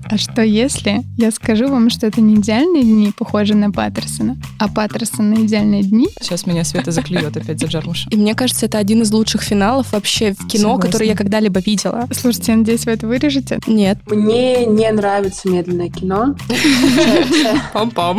А что если я скажу вам, что это не идеальные дни, похожие на Паттерсона, а Паттерсон на идеальные дни? Сейчас меня Света заклюет опять за Джармуша. И мне кажется, это один из лучших финалов вообще в кино, Согласна. который я когда-либо видела. Слушайте, я надеюсь, вы это вырежете. Нет. Мне не нравится медленное кино. Пам-пам.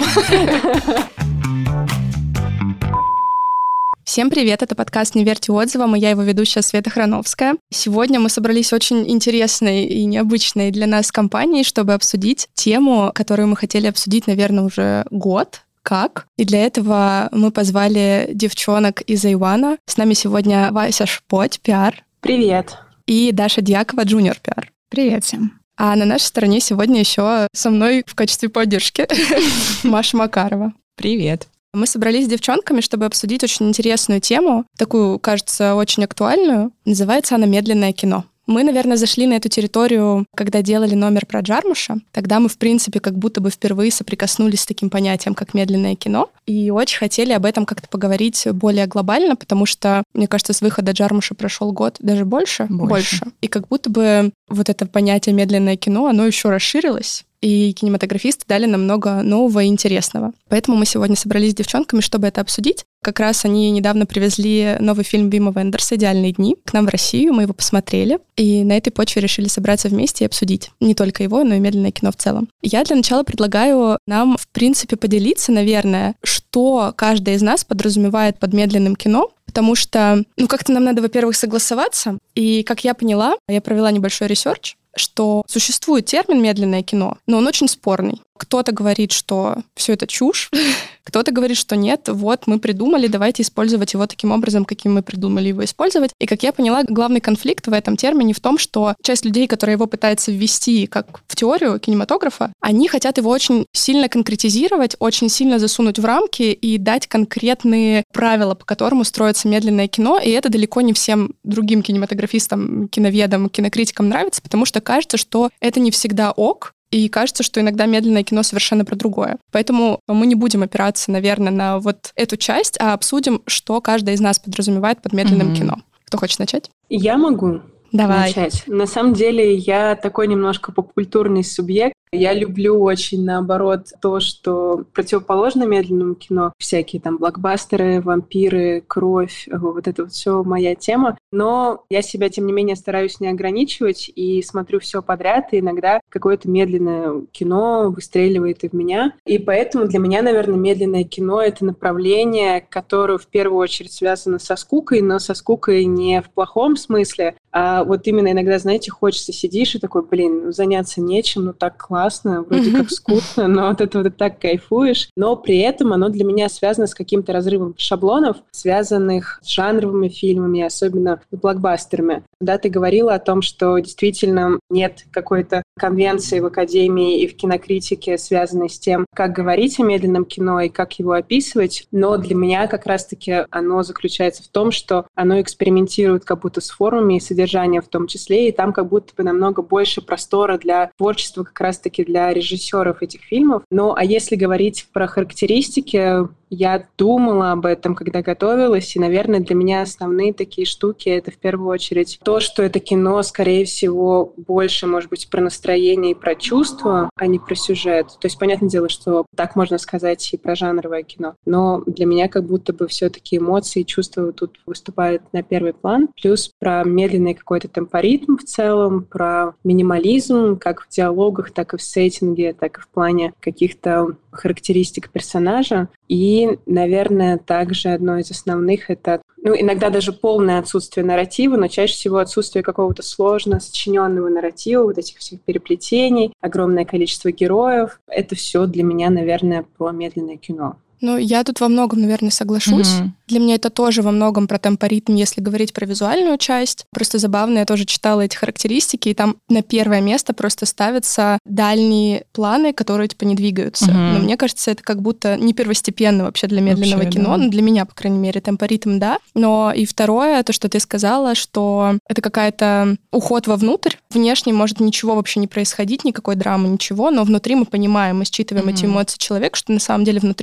Всем привет, это подкаст «Не верьте отзывам», и я его ведущая Света Храновская. Сегодня мы собрались очень интересной и необычной для нас компанией, чтобы обсудить тему, которую мы хотели обсудить, наверное, уже год. Как? И для этого мы позвали девчонок из Айвана. С нами сегодня Вася Шпоть, пиар. Привет. И Даша Дьякова, джуниор пиар. Привет всем. А на нашей стороне сегодня еще со мной в качестве поддержки Маша Макарова. Привет. Мы собрались с девчонками, чтобы обсудить очень интересную тему, такую, кажется, очень актуальную. Называется она «Медленное кино». Мы, наверное, зашли на эту территорию, когда делали номер про Джармуша. Тогда мы, в принципе, как будто бы впервые соприкоснулись с таким понятием, как медленное кино. И очень хотели об этом как-то поговорить более глобально, потому что, мне кажется, с выхода Джармуша прошел год, даже больше. И как будто бы вот это понятие медленное кино, оно еще расширилось. И кинематографисты дали нам много нового и интересного. Поэтому мы сегодня собрались с девчонками, чтобы это обсудить. Как раз они недавно привезли новый фильм Вима Вендерса «Идеальные дни» к нам в Россию. Мы его посмотрели. И на этой почве решили собраться вместе и обсудить не только его, но и медленное кино в целом. Я для начала предлагаю нам, в принципе, поделиться, наверное, что каждый из нас подразумевает под медленным кино. Потому что, как-то нам надо, во-первых, согласоваться. И, как я поняла, я провела небольшой ресерч, что существует термин «медленное кино», но он очень спорный. Кто-то говорит, что все это чушь, кто-то говорит, что нет, вот мы придумали, давайте использовать его таким образом, каким мы придумали его использовать. И, как я поняла, главный конфликт в этом термине в том, что часть людей, которые его пытаются ввести как в теорию кинематографа, они хотят его очень сильно конкретизировать, очень сильно засунуть в рамки и дать конкретные правила, по которым строится медленное кино, и это далеко не всем другим кинематографистам, киноведам, кинокритикам нравится, потому что кажется, что это не всегда ок, и кажется, что иногда медленное кино совершенно про другое. Поэтому мы не будем опираться, наверное, на вот эту часть, а обсудим, что каждый из нас подразумевает под медленным кино. Кто хочет начать? Я могу Давай. начать. На самом деле, я такой немножко попкультурный субъект. Я люблю очень, наоборот, то, что противоположно медленному кино. Всякие там блокбастеры, вампиры, кровь, вот это вот все моя тема. Но я себя, тем не менее, стараюсь не ограничивать и смотрю все подряд, и иногда какое-то медленное кино выстреливает и в меня. И поэтому для меня, наверное, медленное кино — это направление, которое в первую очередь связано со скукой, но со скукой не в плохом смысле, а вот именно иногда, знаете, хочется, сидишь и такой, заняться нечем, так классно, вроде как скучно, но от этого ты так кайфуешь. Но при этом оно для меня связано с каким-то разрывом шаблонов, связанных с жанровыми фильмами, особенно с блокбастерами. Да, ты говорила о том, что действительно нет какой-то конвенции в академии и в кинокритике, связанной с тем, как говорить о медленном кино и как его описывать. Но для меня как раз-таки оно заключается в том, что оно экспериментирует как будто с формами и содержанием в том числе, и там как будто бы намного больше простора для творчества как раз-таки для режиссеров этих фильмов. А если говорить про характеристики, я думала об этом, когда готовилась, и, наверное, для меня основные такие штуки — это в первую очередь то, что это кино, скорее всего, больше, может быть, про настроение и про чувства, а не про сюжет. То есть, понятное дело, что так можно сказать и про жанровое кино, но для меня как будто бы все-таки эмоции и чувства тут выступают на первый план. Плюс про медленный какой-то темпоритм в целом, про минимализм как в диалогах, так и в сеттинге, так и в плане каких-то характеристик персонажа. И, наверное, также одно из основных — это, иногда даже полное отсутствие нарратива, но чаще всего отсутствие какого-то сложно сочиненного нарратива, вот этих всех переплетений, огромное количество героев. Это все для меня, наверное, про медленное кино. Я тут во многом, наверное, соглашусь. Для меня это тоже во многом про темпоритм, если говорить про визуальную часть. Просто забавно, я тоже читала эти характеристики, и там на первое место просто ставятся дальние планы, которые не двигаются. Но мне кажется, это как будто не первостепенно вообще для медленного кино. Да. Для меня, по крайней мере, темпоритм, да. Но и второе, то, что ты сказала, что это какая-то уход вовнутрь. Внешне может ничего вообще не происходить, никакой драмы, ничего, но внутри мы понимаем, мы считываем эти эмоции человека, что на самом деле внутри у него может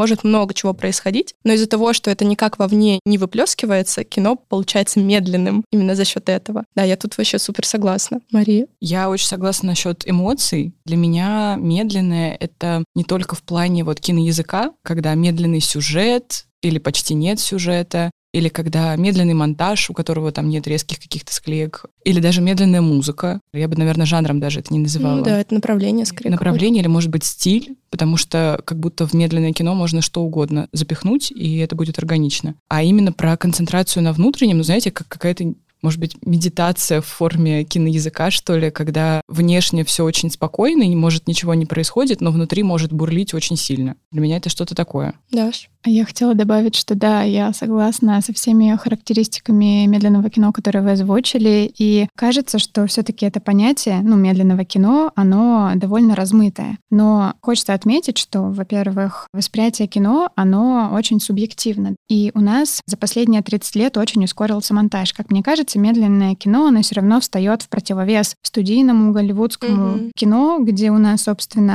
может много чего происходить, но из-за того, что это никак вовне не выплескивается, кино получается медленным именно за счет этого. Да, я тут вообще супер согласна. Мария? Я очень согласна насчет эмоций. Для меня медленное — это не только в плане вот киноязыка, когда медленный сюжет или почти нет сюжета, или когда медленный монтаж, у которого там нет резких каких-то склеек, или даже медленная музыка. Я бы, наверное, жанром даже это не называла. Ну да, это направление скорее. Направление или, может быть, стиль, потому что как будто в медленное кино можно что угодно запихнуть, и это будет органично. А именно про концентрацию на внутреннем, знаете, как какая-то, может быть, медитация в форме киноязыка, что ли, когда внешне все очень спокойно, и, может, ничего не происходит, но внутри может бурлить очень сильно. Для меня это что-то такое. Даш? Я хотела добавить, что да, я согласна со всеми характеристиками медленного кино, которые вы озвучили, и кажется, что все-таки это понятие, медленного кино, оно довольно размытое. Но хочется отметить, что, во-первых, восприятие кино, оно очень субъективно. И у нас за последние 30 лет очень ускорился монтаж. Как мне кажется, медленное кино, оно все равно встает в противовес студийному, голливудскому кино, где у нас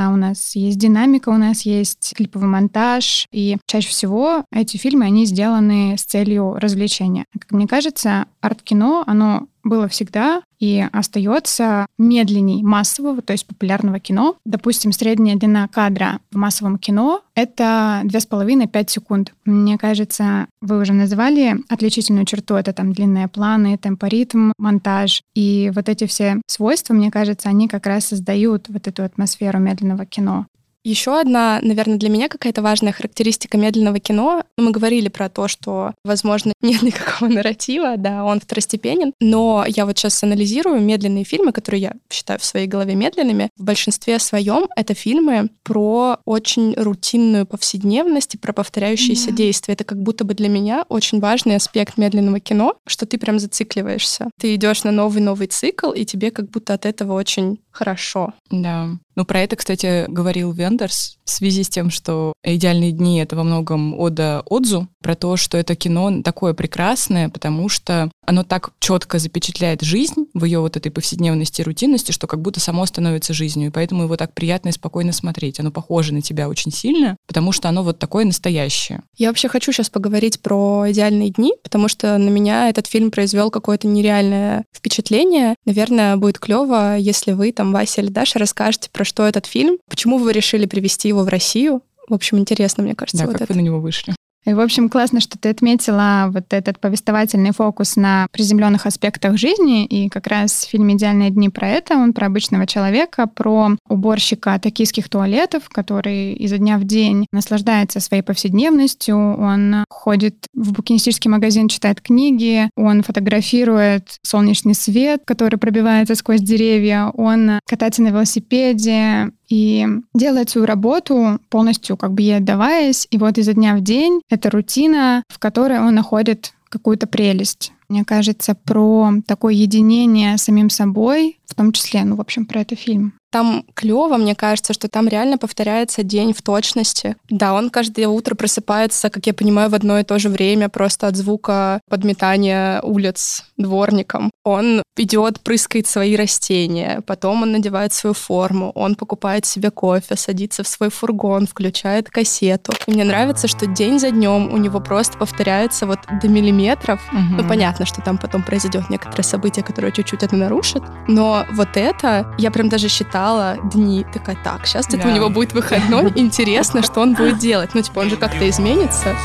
есть динамика, у нас есть клиповый монтаж, и чаще всего эти фильмы, они сделаны с целью развлечения. Как мне кажется, арт-кино, оно было всегда и остается медленней массового, то есть популярного кино. Допустим, средняя длина кадра в массовом кино — это 2,5-5 секунд. Мне кажется, вы уже называли отличительную черту. Это там длинные планы, темпоритм, монтаж. И вот эти все свойства, мне кажется, они как раз создают вот эту атмосферу медленного кино. Еще одна, наверное, для меня какая-то важная характеристика медленного кино. Мы говорили про то, что, возможно, нет никакого нарратива, да, он второстепенен, но я вот сейчас анализирую медленные фильмы, которые я считаю в своей голове медленными. В большинстве своем это фильмы про очень рутинную повседневность и про повторяющиеся действия. Это как будто бы для меня очень важный аспект медленного кино, что ты прям зацикливаешься. Ты идешь на новый цикл, и тебе как будто от этого очень хорошо. Да. Про это, кстати, говорил Вендерс в связи с тем, что «Идеальные дни» — это во многом ода Одзу, про то, что это кино такое прекрасное, потому что оно так четко запечатляет жизнь в ее вот этой повседневности и рутинности, что как будто само становится жизнью, и поэтому его так приятно и спокойно смотреть. Оно похоже на тебя очень сильно, потому что оно вот такое настоящее. Я вообще хочу сейчас поговорить про «Идеальные дни», потому что на меня этот фильм произвел какое-то нереальное впечатление. Наверное, будет клево, если вы, Вася или Даша, расскажете, про что этот фильм, почему вы решили привезти его в Россию. В общем, интересно, мне кажется. Да, как вы на него вышли? И, в общем, классно, что ты отметила вот этот повествовательный фокус на приземленных аспектах жизни. И как раз в фильме «Идеальные дни» про это. Он про обычного человека, про уборщика токийских туалетов, который изо дня в день наслаждается своей повседневностью. Он ходит в букинистический магазин, читает книги, он фотографирует солнечный свет, который пробивается сквозь деревья, он катается на велосипеде и делает свою работу, полностью ей отдаваясь. И вот изо дня в день это рутина, в которой он находит какую-то прелесть. Мне кажется, про такое единение с самим собой, в том числе, в общем, про это фильм. Там клево, мне кажется, что там реально повторяется день в точности. Да, он каждое утро просыпается, как я понимаю, в одно и то же время, просто от звука подметания улиц дворником. Он идет, прыскает свои растения, потом он надевает свою форму, он покупает себе кофе, садится в свой фургон, включает кассету. И мне нравится, что день за днем у него просто повторяется вот до миллиметров. Понятно, что там потом произойдет некоторое событие, которое чуть-чуть это нарушит, но вот это, я прям даже считала дни, такая, так, сейчас у него будет выходной, интересно, что он будет делать. Он же как-то изменится.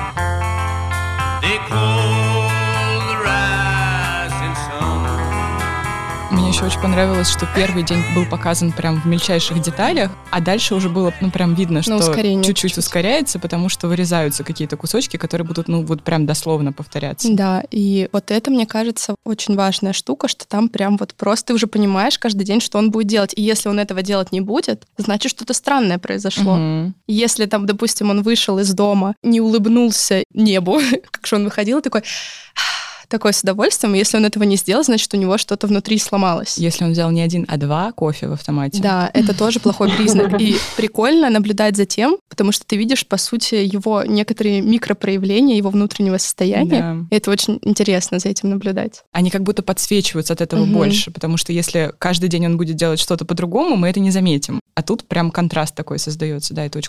Мне еще очень понравилось, что первый день был показан прям в мельчайших деталях, а дальше уже было, прям видно, что чуть-чуть ускоряется, потому что вырезаются какие-то кусочки, которые будут, вот прям дословно повторяться. Да, и вот это, мне кажется, очень важная штука, что там прям вот просто ты уже понимаешь каждый день, что он будет делать. И если он этого делать не будет, значит, что-то странное произошло. Если там, допустим, он вышел из дома, не улыбнулся небу, как же он выходил, такое с удовольствием. Если он этого не сделал, значит, у него что-то внутри сломалось. Если он взял не 1, а 2 кофе в автомате. Да, это тоже плохой признак. И прикольно наблюдать за тем, потому что ты видишь, по сути, его некоторые микропроявления, его внутреннего состояния. Да. И это очень интересно за этим наблюдать. Они как будто подсвечиваются от этого больше, потому что если каждый день он будет делать что-то по-другому, мы это не заметим. А тут прям контраст такой создается. Да, это очень клево.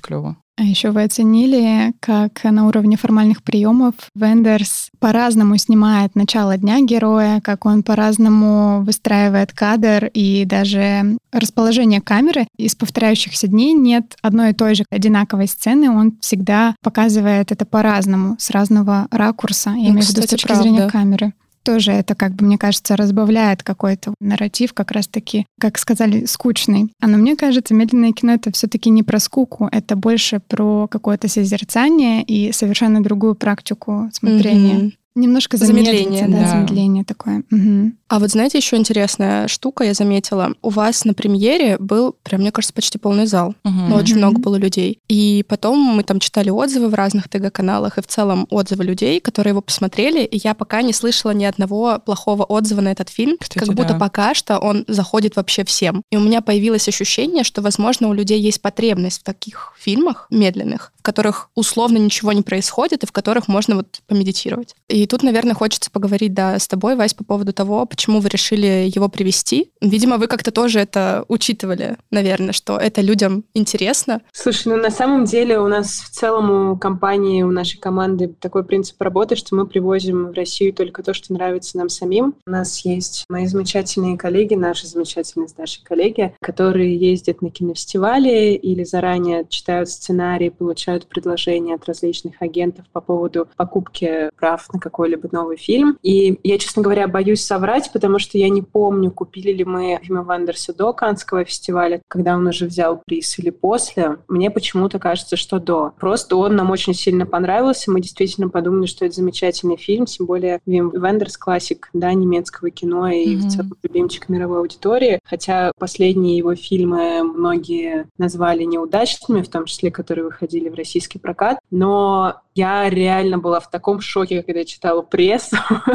А еще вы оценили, как на уровне формальных приемов Вендерс по-разному снимает начало дня героя, как он по-разному выстраивает кадр, и даже расположение камеры. Из повторяющихся дней нет одной и той же одинаковой сцены, он всегда показывает это по-разному, с разного ракурса, я имею в виду с точки зрения камеры. Тоже это, мне кажется, разбавляет какой-то нарратив, как раз-таки, как сказали, скучный. Но мне кажется, медленное кино — это все-таки не про скуку, это больше про какое-то созерцание и совершенно другую практику смотрения. Немножко замедление, замедление такое. Угу. А вот знаете, еще интересная штука, я заметила. У вас на премьере был, прям, мне кажется, почти полный зал. Очень много было людей. И потом мы там читали отзывы в разных ТГ-каналах, и в целом отзывы людей, которые его посмотрели, и я пока не слышала ни одного плохого отзыва на этот фильм. Кстати, как будто пока что он заходит вообще всем. И у меня появилось ощущение, что, возможно, у людей есть потребность в таких фильмах медленных, в которых условно ничего не происходит, и в которых можно вот помедитировать. И тут, наверное, хочется поговорить, с тобой, Вась, по поводу того, почему вы решили его привести. Видимо, вы как-то тоже это учитывали, наверное, что это людям интересно. Слушай, на самом деле у нас в целом у компании, у нашей команды такой принцип работы, что мы привозим в Россию только то, что нравится нам самим. У нас есть мои замечательные коллеги, наши замечательные старшие коллеги, которые ездят на кинофестивали или заранее читают сценарии, получают предложения от различных агентов по поводу покупки прав на какой-либо новый фильм. И я, честно говоря, боюсь соврать, потому что я не помню, купили ли мы фильм Вендерса до Каннского фестиваля, когда он уже взял приз, или после. Мне почему-то кажется, что до. Просто он нам очень сильно понравился. Мы действительно подумали, что это замечательный фильм, тем более Вим Вендерс — классик, немецкого кино и в целом любимчик мировой аудитории. Хотя последние его фильмы многие назвали неудачными, в том числе, которые выходили в российский прокат. Но я реально была в таком шоке, когда я читала прессу.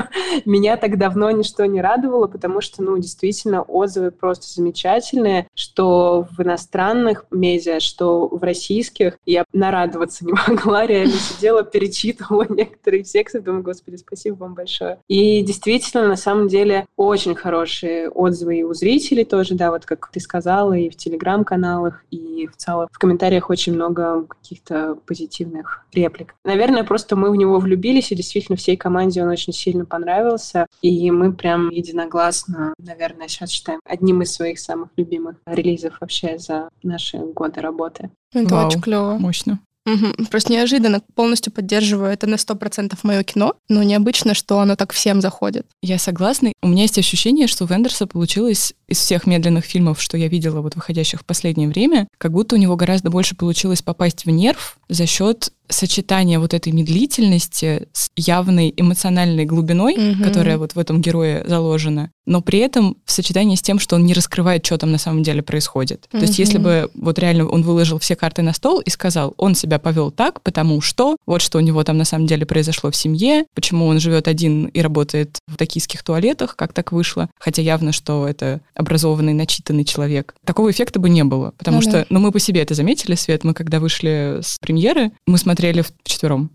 Меня так давно ничто не радовало, потому что, действительно, отзывы просто замечательные, что в иностранных медиа, что в российских. Я нарадоваться не могла, реально сидела, перечитывала некоторые тексты, думаю, господи, спасибо вам большое. И действительно, на самом деле, очень хорошие отзывы и у зрителей тоже, вот как ты сказала, и в телеграм-каналах, и в целом в комментариях очень много каких-то позитивных реплик. Наверное, просто мы в него влюбились, и действительно всей команде он очень сильно понравился. И мы прям единогласно, наверное, сейчас считаем одним из своих самых любимых релизов вообще за наши годы работы. Это очень клево. Мощно. Просто неожиданно, полностью поддерживаю. Это на 100% мое кино, но необычно, что оно так всем заходит. Я согласна. У меня есть ощущение, что у Вендерса получилось из всех медленных фильмов, что я видела выходящих в последнее время, как будто у него гораздо больше получилось попасть в нерв за счет сочетания этой медлительности с явной эмоциональной глубиной, которая в этом герое заложена, но при этом в сочетании с тем, что он не раскрывает, что там на самом деле происходит. То есть если бы реально он выложил все карты на стол и сказал, он себя повел так, потому что что у него там на самом деле произошло в семье, почему он живет один и работает в токийских туалетах, как так вышло, хотя явно, что это образованный, начитанный человек. Такого эффекта бы не было, потому что, мы по себе это заметили, Свет, мы когда вышли с премьеры, мы смотрели вчетвером.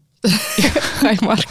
Хай, Марк.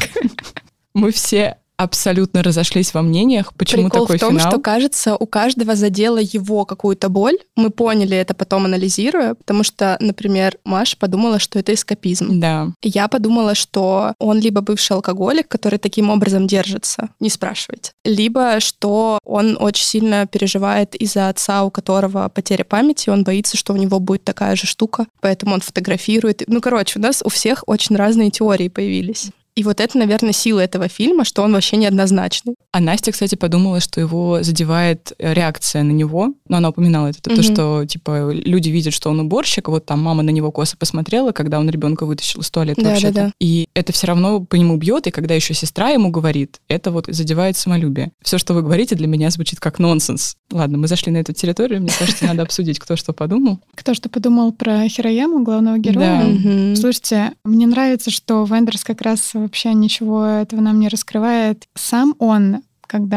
Мы все абсолютно разошлись во мнениях, почему Прикол такой финал. Прикол в том, финал. что, кажется, у каждого задела его какую-то боль. Мы поняли это потом, анализируя, потому что, например, Маша подумала, что это эскапизм. Да. Я подумала, что он либо бывший алкоголик, который таким образом держится, не спрашивайте, либо что он очень сильно переживает из-за отца, у которого потеря памяти, он боится, что у него будет такая же штука, поэтому он фотографирует. У нас у всех очень разные теории появились. И это, наверное, сила этого фильма, что он вообще неоднозначный. А Настя, кстати, подумала, что его задевает реакция на него. Но она упоминала это, то, что, люди видят, что он уборщик, там мама на него косо посмотрела, когда он ребенка вытащил из туалета вообще-то. Да. И это все равно по нему бьет, и когда еще сестра ему говорит, это задевает самолюбие. Все, что вы говорите, для меня звучит как нонсенс. Ладно, мы зашли на эту территорию, мне кажется, надо обсудить, кто что подумал. Кто что подумал про Хирояму, главного героя. Да. Слушайте, мне нравится, что Вендерс как раз вообще ничего этого нам не раскрывает. Сам он, когда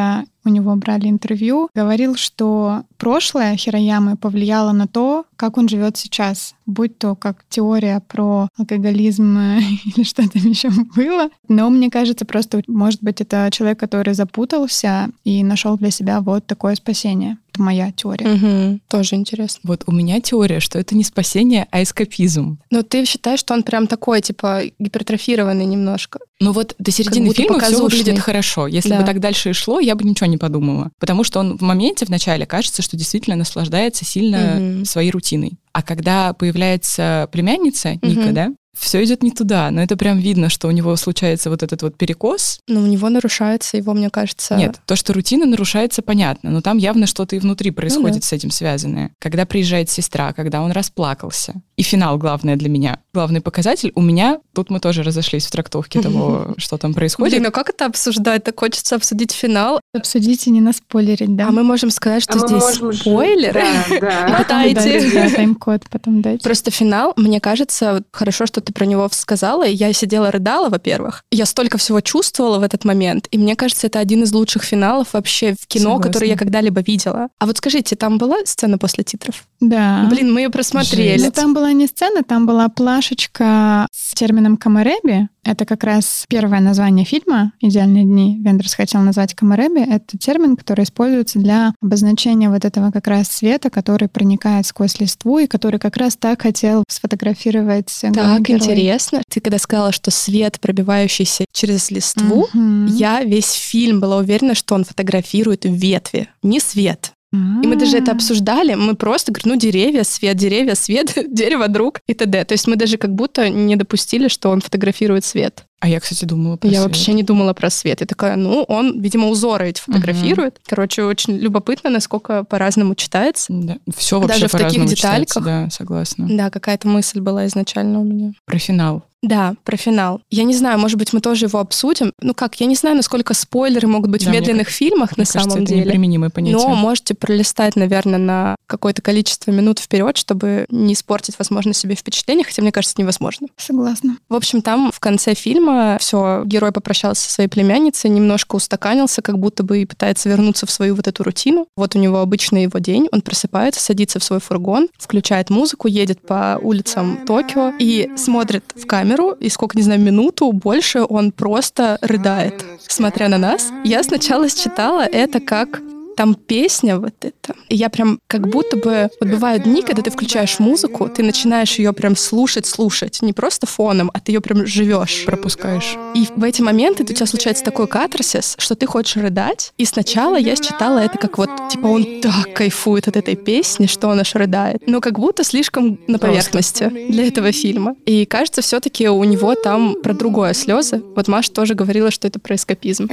у него брали интервью, говорил, что прошлое Хироямы повлияло на то, как он живет сейчас, будь то как теория про алкоголизм или что там еще было. Но мне кажется, просто, может быть, это человек, который запутался и нашел для себя вот такое спасение. Это моя теория. Тоже интересно. Вот у меня теория, что это не спасение, а эскапизм. Но ты считаешь, что он прям такой, типа, гипертрофированный немножко? Ну вот до середины фильма все выглядит хорошо. Если бы так дальше и шло, я бы ничего не подумала. Потому что он в моменте, в начале, кажется, что действительно наслаждается сильно своей рутиной. А когда появляется племянница Ника, да, все идет не туда, но это прям видно, что у него случается вот этот вот перекос. Но у него нарушается его, мне кажется... Нет, то, что рутина нарушается, понятно, но там явно что-то и внутри происходит с этим связанное. Когда приезжает сестра, когда он расплакался. И финал, главное для меня. Главный показатель у меня, тут мы тоже разошлись в трактовке того, что там происходит. Блин, ну как это обсуждать? Так хочется обсудить финал. Обсудите, не наспойлерить, да? А мы можем сказать, что здесь спойлер? Да. Мотайте. Тайм-код потом дайте. Просто финал, мне кажется, хорошо, что ты про него сказала. Я сидела, рыдала, во-первых. Я столько всего чувствовала в этот момент. И мне кажется, это один из лучших финалов вообще в кино, который я когда-либо видела. А вот скажите, там была сцена после титров? Да. Блин, мы ее просмотрели. Ну, там была не сцена, там была плашечка с термином «камареби». Это как раз первое название фильма «Идеальные дни». Вендерс хотел назвать «камареби». Это термин, который используется для обозначения вот этого как раз света, который проникает сквозь листву и который как раз так хотел сфотографировать главный герой. Так интересно. Ты когда сказала, что свет, пробивающийся через листву, я весь фильм была уверена, что он фотографирует ветви, не свет. И мы даже это обсуждали, мы просто говорим, деревья, свет, дерево, друг и т.д. То есть мы даже как будто не допустили, что он фотографирует свет. А я, кстати, думала про свет. Я вообще не думала про свет. Я такая, он, видимо, узоры эти фотографирует. Короче, очень любопытно, насколько по-разному читается. Да. Все вообще даже в таких детальках. Читается, да, согласна. Да, какая-то мысль была изначально у меня. Про финал. Да, про финал. Я не знаю, может быть, мы тоже его обсудим. Я не знаю, насколько спойлеры могут быть в медленных фильмах на самом деле. Это неприменимое понятие. Но можете пролистать, наверное, на какое-то количество минут вперед, чтобы не испортить, возможно, себе впечатление, хотя, мне кажется, невозможно. Согласна. В общем, там в конце фильма все, герой попрощался со своей племянницей, немножко устаканился, как будто бы и пытается вернуться в свою вот эту рутину. Вот у него обычный его день, он просыпается, садится в свой фургон, включает музыку, едет по улицам Токио и смотрит в камеру, и сколько, не знаю, минуту, больше он просто рыдает, смотря на нас. Я сначала считала это как... Там песня вот эта. И я прям как будто бы... Вот бывают дни, когда ты включаешь музыку, ты начинаешь ее прям слушать. Не просто фоном, а ты ее прям живешь. Пропускаешь. И в эти моменты у тебя случается такой катарсис, что ты хочешь рыдать. И сначала я считала это как вот, типа, он так кайфует от этой песни, что он аж рыдает. Но как будто слишком на поверхности для этого фильма. И кажется, все-таки у него там про другое слезы. Вот Маша тоже говорила, что это про эскапизм.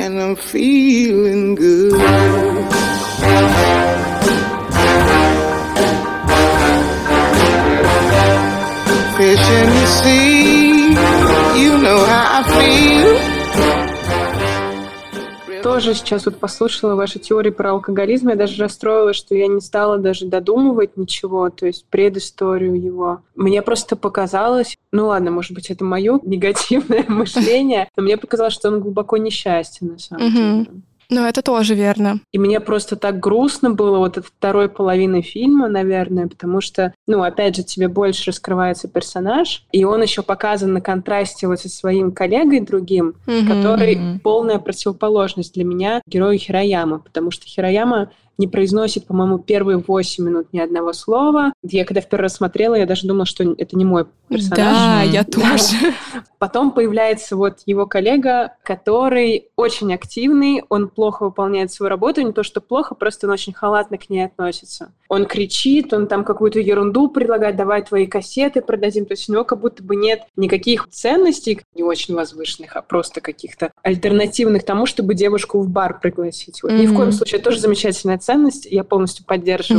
Fish in the sea, you know how I feel. Тоже сейчас вот послушала ваши теории про алкоголизм, я даже расстроилась, что я не стала даже додумывать ничего, то есть предысторию его. Мне просто показалось, ладно, может быть, это мое негативное мышление, но мне показалось, что он глубоко несчастен на самом деле. Ну, это тоже верно. И мне просто так грустно было вот от второй половины фильма, наверное, потому что, опять же, тебе больше раскрывается персонаж, и он еще показан на контрасте вот со своим коллегой другим, который полная противоположность для меня герою Хироямы, потому что Хирояма не произносит, по-моему, первые 8 минут ни одного слова. Я когда в первый раз смотрела, я даже думала, что это не мой персонаж. Да, я тоже. Потом появляется вот его коллега, который очень активный, он плохо выполняет свою работу, не то что плохо, просто он очень халатно к ней относится. Он кричит, он там какую-то ерунду предлагает, давай твои кассеты продадим, то есть у него как будто бы нет никаких ценностей, не очень возвышенных, а просто каких-то альтернативных тому, чтобы девушку в бар пригласить. Вот. Ни в коем случае, это тоже замечательная ценность, я полностью поддерживаю.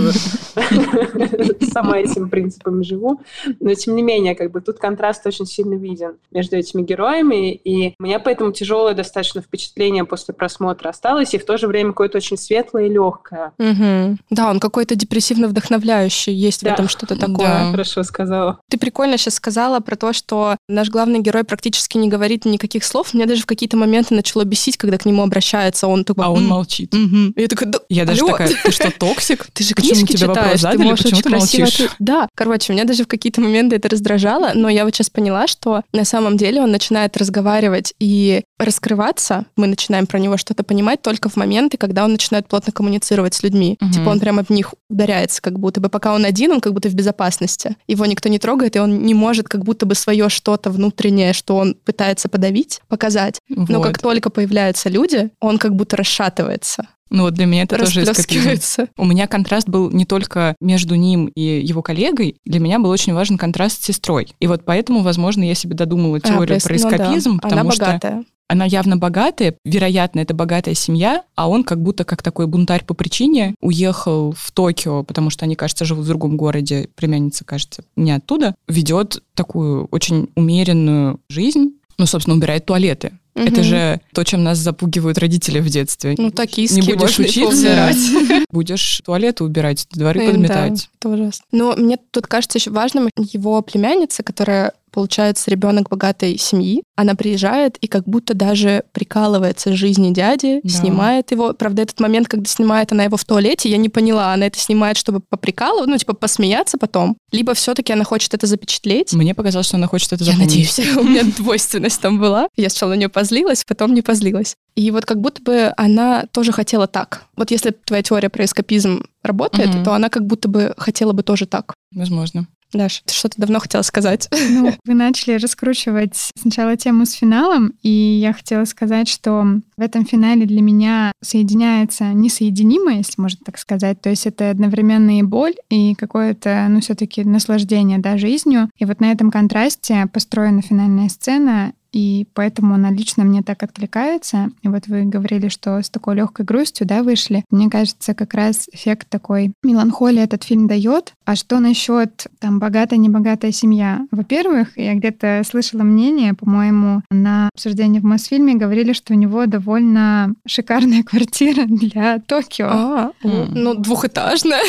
Сама этим принципом живу. Но, тем не менее, как бы тут контраст очень сильно виден между этими героями, и у меня поэтому тяжелое достаточно впечатление после просмотра осталось, и в то же время какое-то очень светлое и легкое. Да, он какой-то депрессивно вдохновляющий, есть в этом что-то такое. Да, хорошо сказала. Ты прикольно сейчас сказала про то, что наш главный герой практически не говорит никаких слов. Меня даже в какие-то моменты начало бесить, когда к нему обращается, он такой... А он молчит. И я такая, я даже такая, ты что, токсик? Ты же Почему книжки тебе вопрос читаешь, задали, ты можешь почему очень ты красиво... молчишь? Да, короче, меня даже в какие-то моменты это раздражало, но я вот сейчас поняла, что на самом деле он начинает разговаривать и раскрываться, мы начинаем про него что-то понимать только в моменты, когда он начинает плотно коммуницировать с людьми. Типа он прямо в них ударяется как будто бы. Пока он один, он как будто в безопасности. Его никто не трогает, и он не может как будто бы свое что-то внутреннее, что он пытается подавить, показать. Но как только появляются люди, он как будто расшатывается. Ну вот для меня это тоже эскапизм. У меня контраст был не только между ним и его коллегой, для меня был очень важен контраст с сестрой. И вот поэтому, возможно, я себе додумала теорию про эскапизм, потому что она явно богатая, вероятно, это богатая семья, а он как будто как такой бунтарь по причине уехал в Токио, потому что они, кажется, живут в другом городе, племянница, кажется, не оттуда, ведет такую очень умеренную жизнь, ну, собственно, убирает туалеты. Это же то, чем нас запугивают родители в детстве. Ну, токийские. Не будешь учиться, будешь туалеты убирать, дворы подметать. Да, это ужасно. Но мне тут кажется еще важным его племянница, которая, получается, ребенок богатой семьи. Она приезжает и как будто даже прикалывается с жизни дяди, снимает его. Правда, этот момент, когда снимает она его в туалете, я не поняла, она это снимает, чтобы поприкалывать, ну, типа посмеяться потом, либо все-таки она хочет это запечатлеть. Мне показалось, что она хочет это запомнить. Я надеюсь, у меня двойственность там была. Я сначала на нее позлилась, потом не позлилась. И вот как будто бы она тоже хотела так. Вот если твоя теория про эскапизм работает, то она как будто бы хотела бы тоже так. Возможно. Даш, ты что-то давно хотела сказать. Ну, вы начали раскручивать сначала тему с финалом, и я хотела сказать, что в этом финале для меня соединяется несоединимое, если можно так сказать. То есть это одновременно и боль, и какое-то, ну, все-таки наслаждение, да, жизнью. И вот на этом контрасте построена финальная сцена, и поэтому она лично мне так откликается. И вот вы говорили, что с такой легкой грустью, да, вышли. Мне кажется, как раз эффект такой меланхолии этот фильм дает. А что насчет там богатая-небогатая семья? Во-первых, я где-то слышала мнение, по-моему, на обсуждении в Мосфильме говорили, что у него довольно шикарная квартира для Токио. Ну, двухэтажная.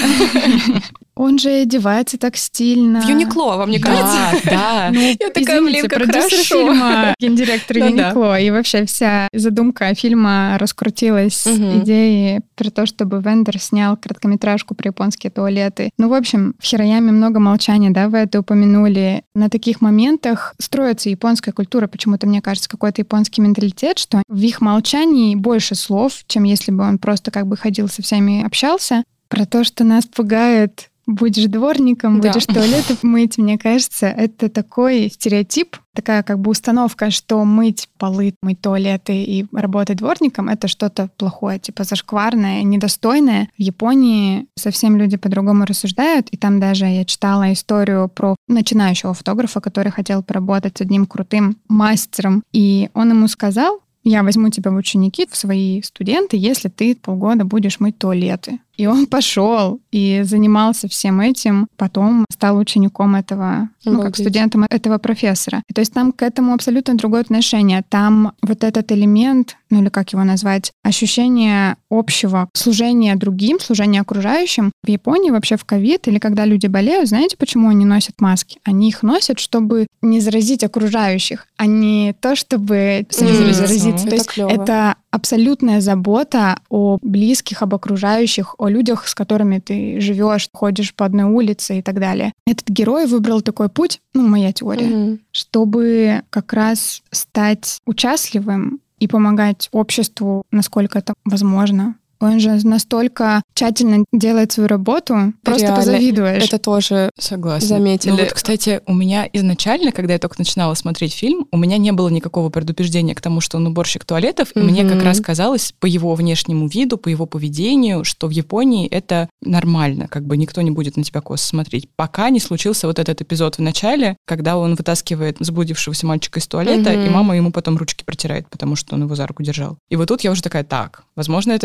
Он же одевается так стильно. В Юникло, вам не кажется? Да. Ну, я такая, блин, как продюсер хорошо. фильма, гендиректор Юникло. И вообще вся задумка фильма раскрутилась с идеей про то, чтобы Вендер снял короткометражку про японские туалеты. Ну, в общем, в Хирояме много молчания, да, вы это упомянули. На таких моментах строится японская культура. Почему-то, мне кажется, какой-то японский менталитет, что в их молчании больше слов, чем если бы он просто как бы ходил со всеми общался. Про то, что нас пугает: будешь дворником, будешь туалеты мыть, мне кажется, это такой стереотип, такая как бы установка, что мыть полы, мыть туалеты и работать дворником — это что-то плохое, типа зашкварное, недостойное. В Японии совсем люди по-другому рассуждают, и там даже я читала историю про начинающего фотографа, который хотел поработать с одним крутым мастером, и он ему сказал: я возьму тебя в ученики, в свои студенты, если ты полгода будешь мыть туалеты. И он пошел и занимался всем этим, потом стал учеником этого, как студентом этого профессора. То есть там к этому абсолютно другое отношение. Там вот этот элемент, ну или как его назвать, ощущение общего служения другим, служения окружающим. В Японии вообще в ковид или когда люди болеют, знаете, почему они носят маски? Они их носят, чтобы не заразить окружающих, а не то, чтобы самим заразиться. То есть это абсолютная забота о близких, об окружающих, о людях, с которыми ты живешь, ходишь по одной улице и так далее. Этот герой выбрал такой путь, ну, моя теория, чтобы как раз стать участливым и помогать обществу, насколько это возможно. Он же настолько тщательно делает свою работу, просто реально позавидуешь. Это тоже согласна. Заметили. Ну вот, кстати, у меня изначально, когда я только начинала смотреть фильм, у меня не было никакого предупреждения к тому, что он уборщик туалетов, и мне как раз казалось по его внешнему виду, по его поведению, что в Японии это нормально, как бы никто не будет на тебя косо смотреть. Пока не случился вот этот эпизод в начале, когда он вытаскивает заблудившегося мальчика из туалета, и мама ему потом ручки протирает, потому что он его за руку держал. И вот тут я уже такая: так, возможно, это все-таки не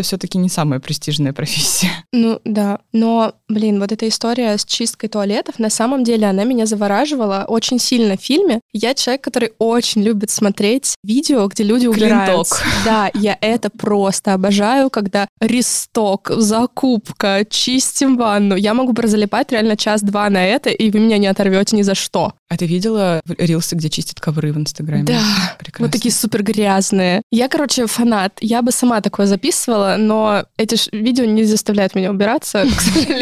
не самая престижная профессия. Ну да, но, вот эта история с чисткой туалетов, на самом деле она меня завораживала очень сильно в фильме. Я человек, который очень любит смотреть видео, где люди убираются. Да, я это просто обожаю, когда ресток, закупка, чистим ванну. Я могу прозалипать реально час-два на это, и вы меня не оторвете ни за что. А ты видела рилсы, где чистят ковры в Инстаграме? Да, прекрасно. Вот такие супер грязные. Я, фанат. Я бы сама такое записывала, но эти видео не заставляют меня убираться, к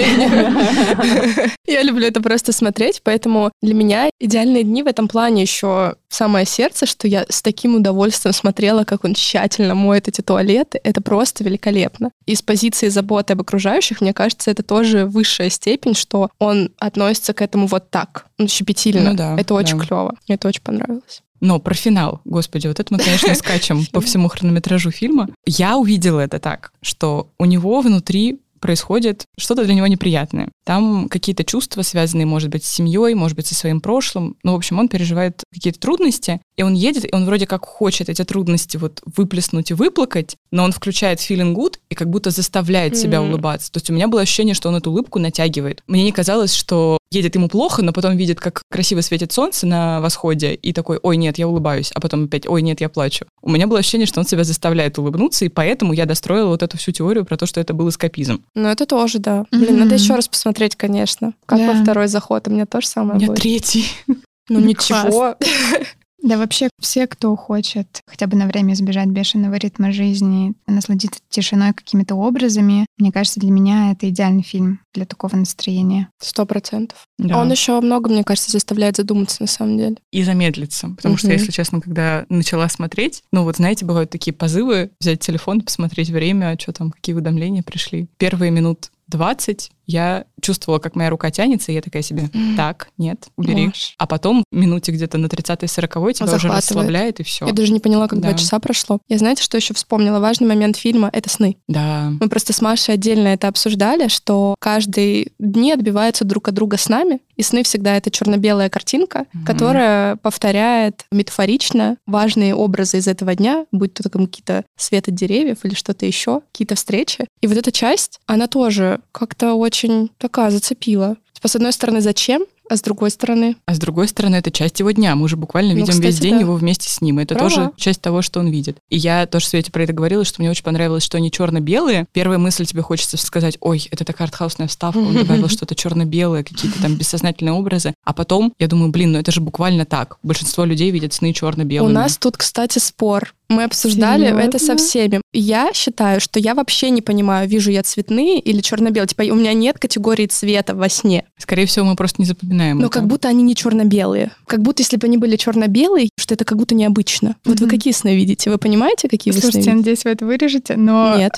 сожалению. Я люблю это просто смотреть, поэтому для меня идеальные дни в этом плане еще в самое сердце, что я с таким удовольствием смотрела, как он тщательно моет эти туалеты. Это просто великолепно. И с позиции заботы об окружающих, мне кажется, это тоже высшая степень, что он относится к этому вот так, щепетильно. Ну да, это очень клево. Мне это очень понравилось. Но про финал, господи, вот это мы, конечно, скачем по всему хронометражу фильма. Я увидела это так, что у него внутри происходит что-то для него неприятное. Там какие-то чувства, связанные, может быть, с семьей, может быть, со своим прошлым. Ну, в общем, он переживает какие-то трудности, и он едет, и он вроде как хочет эти трудности вот выплеснуть и выплакать, но он включает feeling good и как будто заставляет себя улыбаться. То есть у меня было ощущение, что он эту улыбку натягивает. Мне не казалось, что едет ему плохо, но потом видит, как красиво светит солнце на восходе, и такой: ой, нет, я улыбаюсь, а потом опять: ой, нет, я плачу. У меня было ощущение, что он себя заставляет улыбнуться, и поэтому я достроила вот эту всю теорию про то, что это был эскапизм. Ну, это тоже, да. Надо еще раз посмотреть, конечно. Как во второй заход. У меня тоже самое будет. У меня третий. Ну, ничего. Да, вообще все, кто хочет хотя бы на время избежать бешеного ритма жизни, насладиться тишиной, какими-то образами, мне кажется, для меня это идеальный фильм для такого настроения. 100%. Да. Он еще много, мне кажется, заставляет задуматься на самом деле. И замедлиться. Потому что, если честно, когда начала смотреть, знаете, бывают такие позывы взять телефон, посмотреть время, что там, какие уведомления пришли. Первые минут 20 я чувствовала, как моя рука тянется, и я такая себе: так, нет, убери. А потом минуте где-то на 30-40 тебя уже расслабляет, и все. Я даже не поняла, как 2 часа прошло. Я, знаете, что еще вспомнила? Важный момент фильма — это сны. Да. Мы просто с Машей отдельно это обсуждали, что каждые дни отбиваются друг от друга снами, и сны всегда это черно-белая картинка, которая повторяет метафорично важные образы из этого дня, будь то какие-то свет от деревьев или что-то еще, какие-то встречи. И вот эта часть, она тоже как-то очень такая зацепила. С одной стороны, зачем? А с другой стороны? А с другой стороны, это часть его дня. Мы же буквально видим кстати, весь день его вместе с ним. Это Права. тоже часть того, что он видит. И я тоже Свете про это говорила, что мне очень понравилось, что они черно-белые. Первая мысль, тебе хочется сказать: ой, это такая артхаусная вставка, он добавил что-то черно-белое, какие-то там бессознательные образы. А потом я думаю: это же буквально так. Большинство людей видят сны черно-белыми. У нас тут, кстати, спор. Мы обсуждали это со всеми. Я считаю, что я вообще не понимаю, вижу я цветные или черно-белые. Типа у меня нет категории цвета во сне. Скорее всего, мы просто не запоминаем. Но как будто они не черно-белые. Как будто, если бы они были черно-белые, что это как будто необычно. Вот вы какие сны видите? Вы понимаете, какие вы сны видите? Слушайте, надеюсь, вы это вырежете, но... Нет.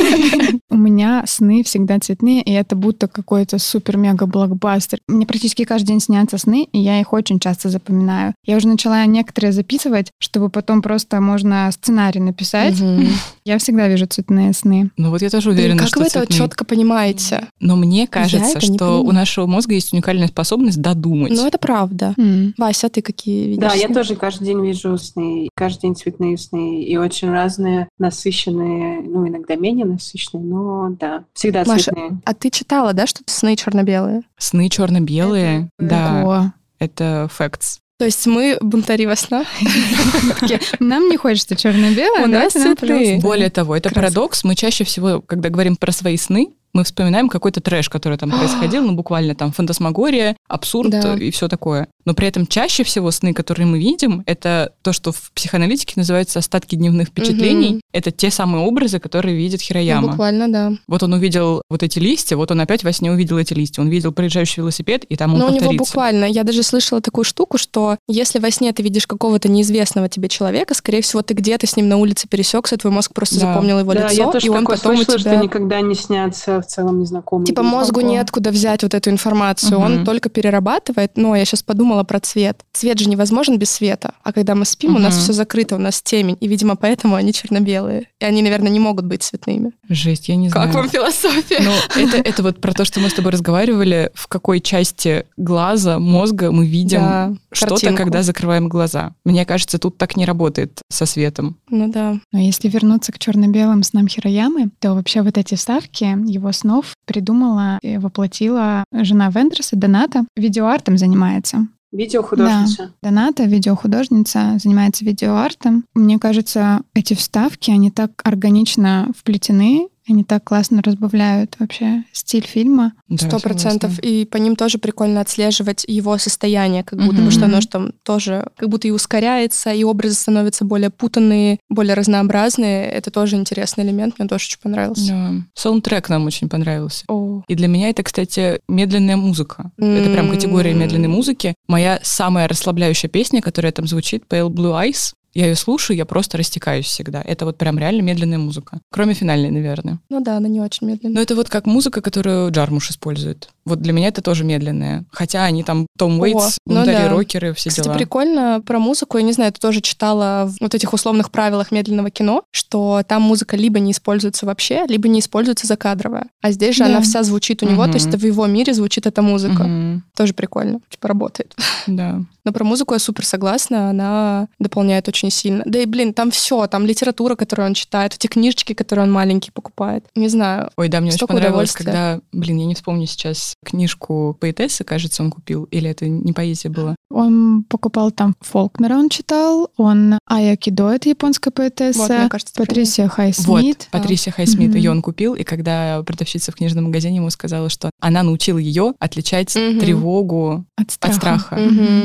У меня сны всегда цветные, и это будто какой-то супер-мега-блокбастер. Мне практически каждый день снятся сны, и я их очень часто запоминаю. Я уже начала некоторые записывать, чтобы потом просто можно сценарий написать. Я всегда вижу цветные сны. Ну вот я тоже уверена, как что вы цветные. это четко понимаете? Но мне кажется, что у нашего мозга есть уникальная способность додумать. Ну это правда. Вася, а ты какие видишь? Да, сны? я тоже каждый день вижу сны. Каждый день цветные сны. И очень разные, насыщенные, иногда менее насыщенные, но да, всегда Маша, цветные. а ты читала, да, что сны черно-белые? Сны черно-белые, да, О. это facts. То есть мы бунтари во снах? Нам не хочется черно-белое. У нас цветные. Более того, это парадокс. Мы чаще всего, когда говорим про свои сны, мы вспоминаем какой-то трэш, который там происходил, буквально там фантасмагория, абсурд и все такое. Но при этом чаще всего сны, которые мы видим, это то, что в психоаналитике называется остатки дневных впечатлений. Это те самые образы, которые видит Хирояма. Буквально, да. Вот он увидел вот эти листья, вот он опять во сне увидел эти листья. Он видел проезжающий велосипед, и там он повторится. Но у него буквально, я даже слышала такую штуку, что если во сне ты видишь какого-то неизвестного тебе человека, скорее всего, ты где-то с ним на улице пересекся, твой мозг просто запомнил его лицо, я тоже и он такое потом слышала, у тебя... что никогда не снятся в целом незнакомый. Типа мозгу неоткуда взять вот эту информацию, он только перерабатывает. Но я сейчас подумала про цвет. Цвет же невозможен без света. А когда мы спим, у нас все закрыто, у нас темень. И, видимо, поэтому они черно-белые. И они, наверное, не могут быть цветными. Жесть, я не знаю. Как вам философия? Ну, это вот про то, что мы с тобой разговаривали, в какой части глаза, мозга мы видим что-то, картинку. когда закрываем глаза. Мне кажется, тут так не работает со светом. Ну да. Но если вернуться к черно-белым снам Хироямы, то вообще вот эти вставки его снов придумала и воплотила жена Вендерса, Доната. Видеоартом занимается. Видеохудожница. Да, Доната, видеохудожница, занимается видеоартом. Мне кажется, эти вставки, они так органично вплетены, они так классно разбавляют вообще стиль фильма. 100%. И по ним тоже прикольно отслеживать его состояние, как будто бы, что оно же там тоже как будто и ускоряется, и образы становятся более путанные, более разнообразные. Это тоже интересный элемент, мне тоже очень понравился. Да. Саундтрек нам очень понравился. И для меня это, кстати, медленная музыка. Это прям категория медленной музыки. Моя самая расслабляющая песня, которая там звучит, Pale Blue Eyes, я ее слушаю, я просто растекаюсь всегда. Это вот прям реально медленная музыка. Кроме финальной, наверное. Ну да, она не очень медленная. Но это вот как музыка, которую Джармуш использует. Вот для меня это тоже медленная. Хотя они там Том Уэйтс, рокеры, все Кстати, дела. прикольно про музыку. Я не знаю, ты тоже читала в вот этих условных правилах медленного кино, что там музыка либо не используется вообще, либо не используется закадровая. А здесь же она вся звучит у него, то есть это в его мире звучит эта музыка. Тоже прикольно. Типа работает. Да. Но про музыку я супер согласна, она дополняет очень сильно. Да и, блин, там все, там литература, которую он читает, эти книжечки, которые он маленькие покупает. Не знаю. Ой, да, мне очень понравилось, когда, я не вспомню сейчас, книжку поэтессы, кажется, он купил, или это не поэзия была? Он покупал там Фолкнера, он читал, он Ая Кидо, это японская поэтесса, вот, мне кажется, Патрисия Хайсмит. Вот, Патрисия Хайсмит, ее он купил, и когда продавщица в книжном магазине ему сказала, что она научила ее отличать тревогу от страха.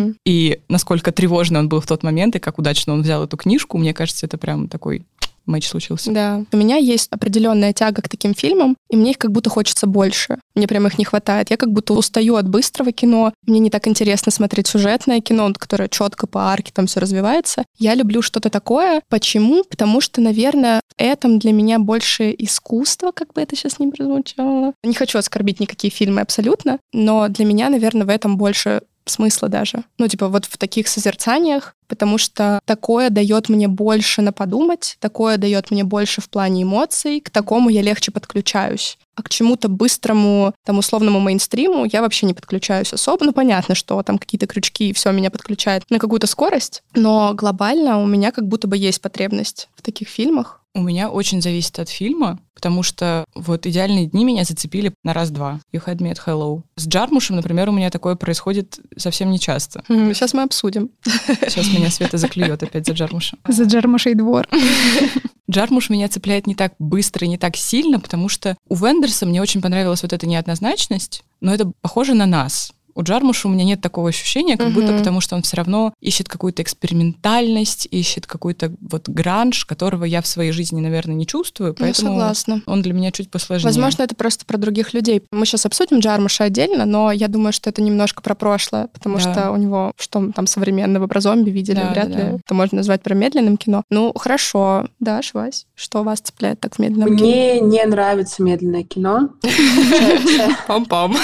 И насколько тревожный он был в тот момент, и как удачно он взял эту книжку, мне кажется, это прям такой матч случился. Да. У меня есть определенная тяга к таким фильмам, и мне их как будто хочется больше. Мне прям их не хватает. Я как будто устаю от быстрого кино. Мне не так интересно смотреть сюжетное кино, которое четко по арке там все развивается. Я люблю что-то такое. Почему? Потому что, наверное, в этом для меня больше искусство, как бы это сейчас ни прозвучало. Не хочу оскорбить никакие фильмы абсолютно, но для меня, наверное, в этом больше смысла даже. Ну, типа вот в таких созерцаниях, потому что такое дает мне больше на подумать, такое дает мне больше в плане эмоций, к такому я легче подключаюсь. А к чему-то быстрому, там, условному мейнстриму я вообще не подключаюсь особо. Ну, понятно, что там какие-то крючки, и все меня подключает на какую-то скорость, но глобально у меня как будто бы есть потребность в таких фильмах. У меня очень зависит от фильма, потому что вот «Идеальные дни» меня зацепили на раз-два. You Had Me at Hello. С Джармушем, например, у меня такое происходит совсем нечасто. Сейчас мы обсудим. Сейчас меня Света заклюет опять за Джармуша. За Джармушей двор. Джармуш меня цепляет не так быстро и не так сильно, потому что у Вендерса мне очень понравилась вот эта неоднозначность, но это похоже на нас. У Джармуша у меня нет такого ощущения, как будто потому что он все равно ищет какую-то экспериментальность, ищет какой-то вот гранж, которого я в своей жизни, наверное, не чувствую, поэтому согласна. Он для меня чуть посложнее. Возможно, это просто про других людей. Мы сейчас обсудим Джармуша отдельно, но я думаю, что это немножко про прошлое, потому что у него, что там современного про зомби видели, вряд ли это можно назвать про медленным кино. Ну, хорошо. Даш, Вась, что вас цепляет так в медленном кино? Мне не нравится медленное кино. Пам-пам.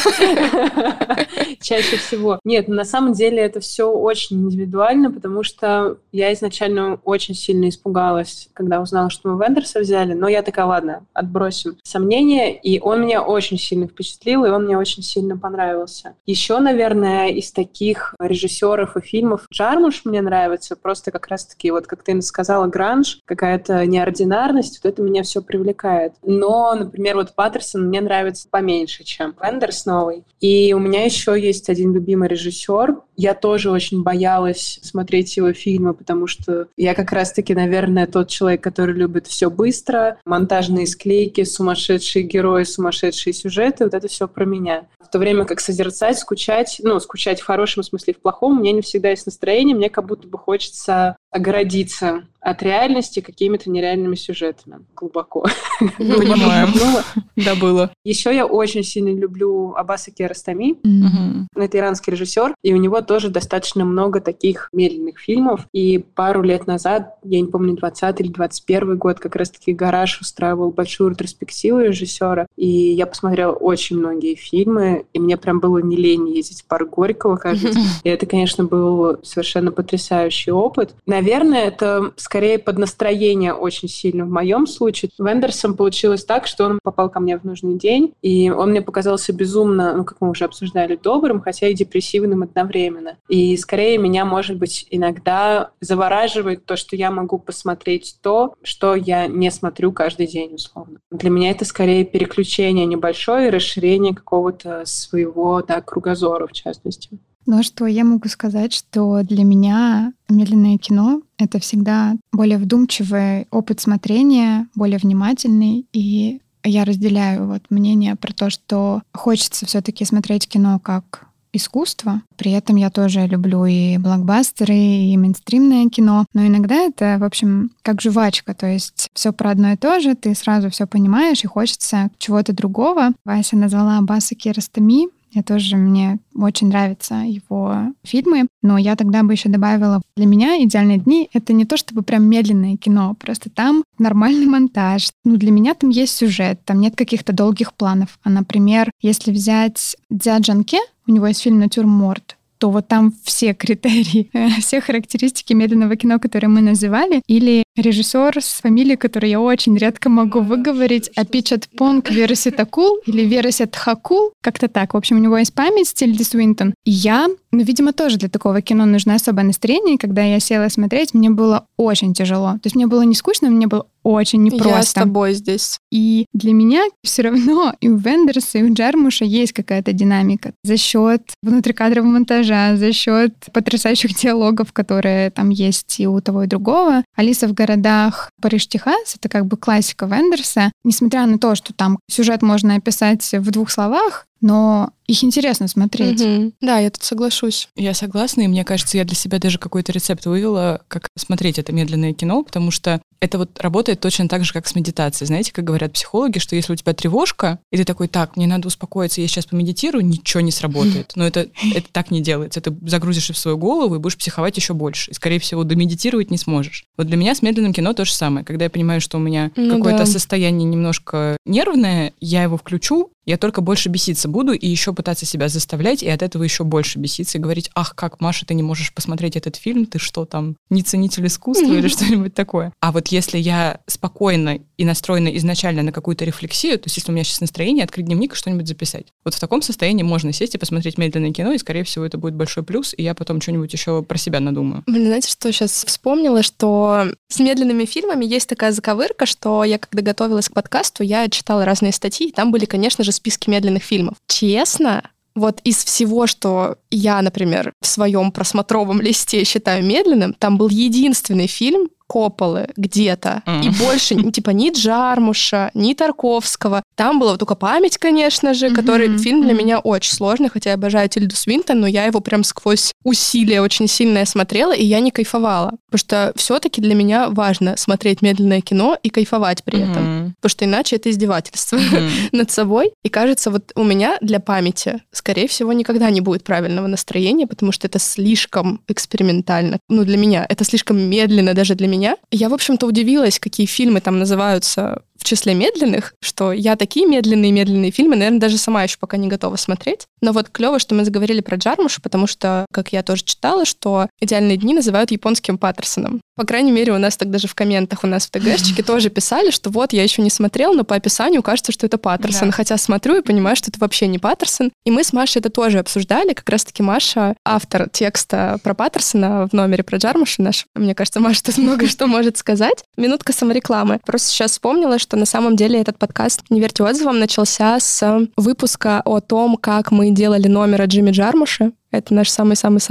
Чаще всего. Нет, на самом деле это все очень индивидуально, потому что я изначально очень сильно испугалась, когда узнала, что мы Вендерса взяли, но я такая, ладно, отбросим сомнения, и он меня очень сильно впечатлил, и он мне очень сильно понравился. Еще, наверное, из таких режиссеров и фильмов Джармуш мне нравится, просто как раз-таки, вот как ты сказала, гранж, какая-то неординарность, вот это меня все привлекает. Но, например, вот Паттерсон мне нравится поменьше, чем Вендерс новый. И у меня еще есть один любимый режиссер. Я тоже очень боялась смотреть его фильмы, потому что я как раз-таки, наверное, тот человек, который любит все быстро, монтажные склейки, сумасшедшие герои, сумасшедшие сюжеты. Вот это все про меня. В то время как созерцать, скучать, скучать в хорошем смысле и в плохом, у меня не всегда есть настроение, мне как будто бы хочется огородиться от реальности какими-то нереальными сюжетами. Глубоко. Понимаем. Да, было. Еще я очень сильно люблю Аббаса Киаростами. Это иранский режиссер, и у него тоже достаточно много таких медленных фильмов. И пару лет назад, я не помню, 20 или 21 год, как раз-таки «Гараж» устраивал большую ретроспективу режиссера. И я посмотрела очень многие фильмы, и мне прям было не лень ездить в парк Горького каждый день. И это, конечно, был совершенно потрясающий опыт. Наверное, это скорее под настроение очень сильно в моем случае. Вендерсом получилось так, что он попал ко мне в нужный день, и он мне показался безумно, как мы уже обсуждали, добрым, хотя и депрессивным одновременно. И скорее меня, может быть, иногда завораживает то, что я могу посмотреть то, что я не смотрю каждый день, условно. Для меня это скорее переключение небольшое и расширение какого-то своего, кругозора, в частности. Ну что, я могу сказать, что для меня медленное кино — это всегда более вдумчивый опыт смотрения, более внимательный, и я разделяю мнение про то, что хочется все-таки смотреть кино как искусство. При этом я тоже люблю и блокбастеры, и мейнстримное кино. Но иногда это, в общем, как жвачка. То есть все про одно и то же, ты сразу все понимаешь, и хочется чего-то другого. Вася назвала Аббаса Киаростами. Мне очень нравятся его фильмы, но я тогда бы еще добавила, для меня «Идеальные дни» — это не то чтобы прям медленное кино, просто там нормальный монтаж. Для меня там есть сюжет, там нет каких-то долгих планов. А, например, если взять Дзя Джанке, у него есть фильм «Натюрморт», то вот там все критерии, все характеристики медленного кино, которые мы называли, или режиссер с фамилией, которую я очень редко могу выговорить, Апичатпонг Вераситакул или Вераситхакул, как-то так. В общем, у него есть память, Тильда Суинтон. И я, видимо, тоже для такого кино нужно особое настроение. И когда я села смотреть, мне было очень тяжело. То есть мне было не скучно, мне было очень непросто. Я с тобой здесь. И для меня все равно и у Вендерса, и у Джармуша есть какая-то динамика. За счет внутрикадрового монтажа, за счет потрясающих диалогов, которые там есть и у того, и другого. «Алиса в городах», «Париж, Техас» — это как бы классика Вендерса. Несмотря на то, что там сюжет можно описать в 2 словах, но их интересно смотреть. Да, я тут соглашусь. Я согласна, и мне кажется, я для себя даже какой-то рецепт вывела, как смотреть это медленное кино, потому что это работает точно так же, как с медитацией. Знаете, как говорят психологи, что если у тебя тревожка, и ты такой, так, мне надо успокоиться, я сейчас помедитирую, ничего не сработает. Но это так не делается. Ты загрузишь в свою голову и будешь психовать еще больше. И, скорее всего, домедитировать не сможешь. Вот для меня с медленным кино то же самое. Когда я понимаю, что у меня какое-то состояние немножко нервное, я его включу, я только больше беситься буду и еще пытаться себя заставлять, и от этого еще больше беситься и говорить, ах, как, Маша, ты не можешь посмотреть этот фильм, ты что там, не ценитель искусства или что-нибудь такое. А вот если я спокойно и настроена изначально на какую-то рефлексию, то есть если у меня сейчас настроение, открыть дневник и что-нибудь записать. Вот в таком состоянии можно сесть и посмотреть медленное кино, и, скорее всего, это будет большой плюс, и я потом что-нибудь еще про себя надумаю. Знаете, что сейчас вспомнила, что с медленными фильмами есть такая заковырка, что я, когда готовилась к подкасту, я читала разные статьи, и там были, конечно же, списки медленных фильмов. Честно, вот из всего, что я, например, в своем просмотровом листе считаю медленным, там был единственный фильм Копполы где-то. И больше, ни Джармуша, ни Тарковского. Там была только «Память», конечно же, который фильм для меня очень сложный, хотя я обожаю Тильду Свинтон, но я его прям сквозь усилия очень сильное смотрела, и я не кайфовала. Потому что все-таки для меня важно смотреть медленное кино и кайфовать при этом. Потому что иначе это издевательство над собой. И кажется, вот у меня для «Памяти», скорее всего, никогда не будет правильного настроения, потому что это слишком экспериментально. Для меня. Это слишком медленно даже для меня. Я, в общем-то, удивилась, какие фильмы там называются в числе медленных, что я такие медленные фильмы, наверное, даже сама еще пока не готова смотреть. Но вот клево, что мы заговорили про Джармуша, потому что, как я тоже читала, что «Идеальные дни» называют японским Паттерсоном. По крайней мере, у нас так даже в комментах у нас в ТГшечке тоже писали, что вот, я еще не смотрела, но по описанию кажется, что это Паттерсон. Да. Хотя смотрю и понимаю, что это вообще не Паттерсон. И мы с Машей это тоже обсуждали. Как раз-таки Маша, автор текста про Паттерсона в номере про Джармуша наш. Мне кажется, Маша тут много что может сказать. Минутка саморекламы. Просто сейчас вспомнила, что на самом деле этот подкаст «Не верьте отзывам» начался с выпуска о том, как мы делали номер о Джиме Джармуше. Это наш самый-самый-самый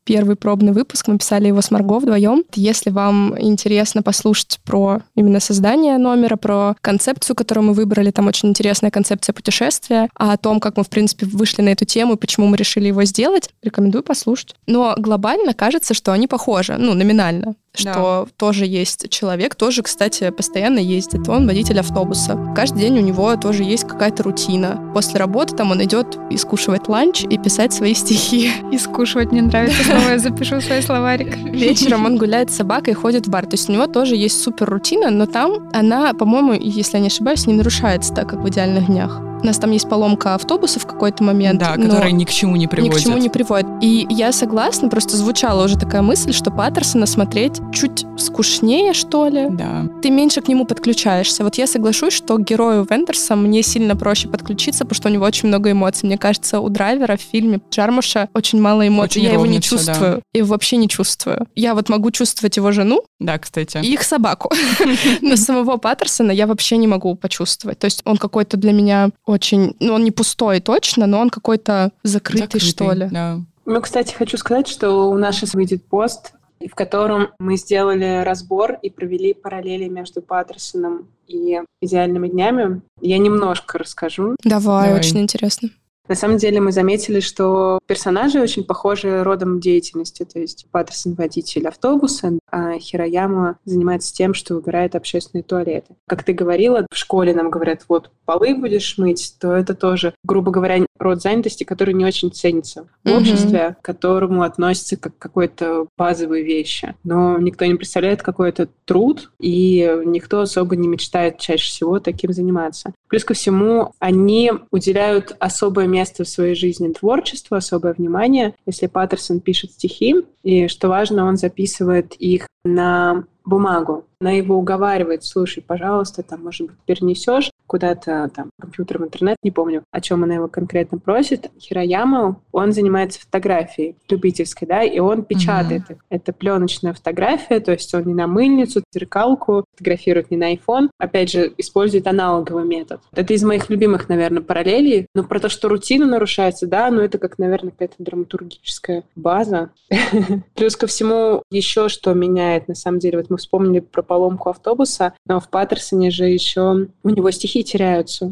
первый пробный выпуск. Мы писали его с Марго вдвоем. Если вам интересно послушать про именно создание номера, про концепцию, которую мы выбрали, там очень интересная концепция путешествия, а о том, как мы, в принципе, вышли на эту тему и почему мы решили его сделать, рекомендую послушать. Но глобально кажется, что они похожи, номинально. Что тоже есть человек, тоже, кстати, постоянно ездит. Он водитель автобуса. Каждый день у него тоже есть какая-то рутина. После работы там он идет и скушивать ланч, и писать свои стихи. И скушивать мне нравится слово, я запишу свой словарик. Вечером он гуляет с собакой и ходит в бар. То есть у него тоже есть супер рутина, но там она, по-моему, если я не ошибаюсь, не нарушается так, как в идеальных днях. У нас там есть поломка автобуса в какой-то момент. Да, которая ни к чему не приводит. Ни к чему не приводит. И я согласна, просто звучала уже такая мысль, что Паттерсона смотреть чуть скучнее, что ли. Да. Ты меньше к нему подключаешься. Вот я соглашусь, что к герою Вендерса мне сильно проще подключиться, потому что у него очень много эмоций. Мне кажется, у Драйвера в фильме Джармуша очень мало эмоций. Очень я его не всё, чувствую. да. Я его вообще не чувствую. Я вот могу чувствовать его жену, Да, кстати. и их собаку. Но самого Паттерсона я вообще не могу почувствовать. То есть он какой-то для меня очень... он не пустой точно, но он какой-то закрытый, что ли. Да. Кстати, хочу сказать, что у нас сейчас выйдет пост, в котором мы сделали разбор и провели параллели между Паттерсоном и «Идеальными днями». Я немножко расскажу. Давай, очень интересно. На самом деле мы заметили, что персонажи очень похожи родом деятельности. То есть Паттерсон — водитель автобуса, а Хирояма занимается тем, что убирает общественные туалеты. Как ты говорила, в школе нам говорят, вот полы будешь мыть, то это тоже, грубо говоря, род занятости, который не очень ценится в обществе, к которому относится как к какой-то базовой вещи. Но никто не представляет, какой это труд, и никто особо не мечтает чаще всего таким заниматься. Плюс ко всему, они уделяют особое место в своей жизни творчеству, особое внимание. Если Паттерсон пишет стихи, и, что важно, он записывает их на бумагу. Она его уговаривает: слушай, пожалуйста, там, может быть, перенесешь куда-то, там, компьютер в интернет, не помню, о чем она его конкретно просит. Хирояма, он занимается фотографией любительской, да, и он печатает их. Это пленочная фотография, то есть он не на мыльницу, зеркалку фотографирует, не на iPhone. Опять же, использует аналоговый метод. Это из моих любимых, наверное, параллелей. Но про то, что рутина нарушается, да, ну это как, наверное, какая-то драматургическая база. Плюс ко всему, еще что меняет, на самом деле, вот мы вспомнили про поломку автобуса, но в Паттерсоне же еще у него стихи теряются.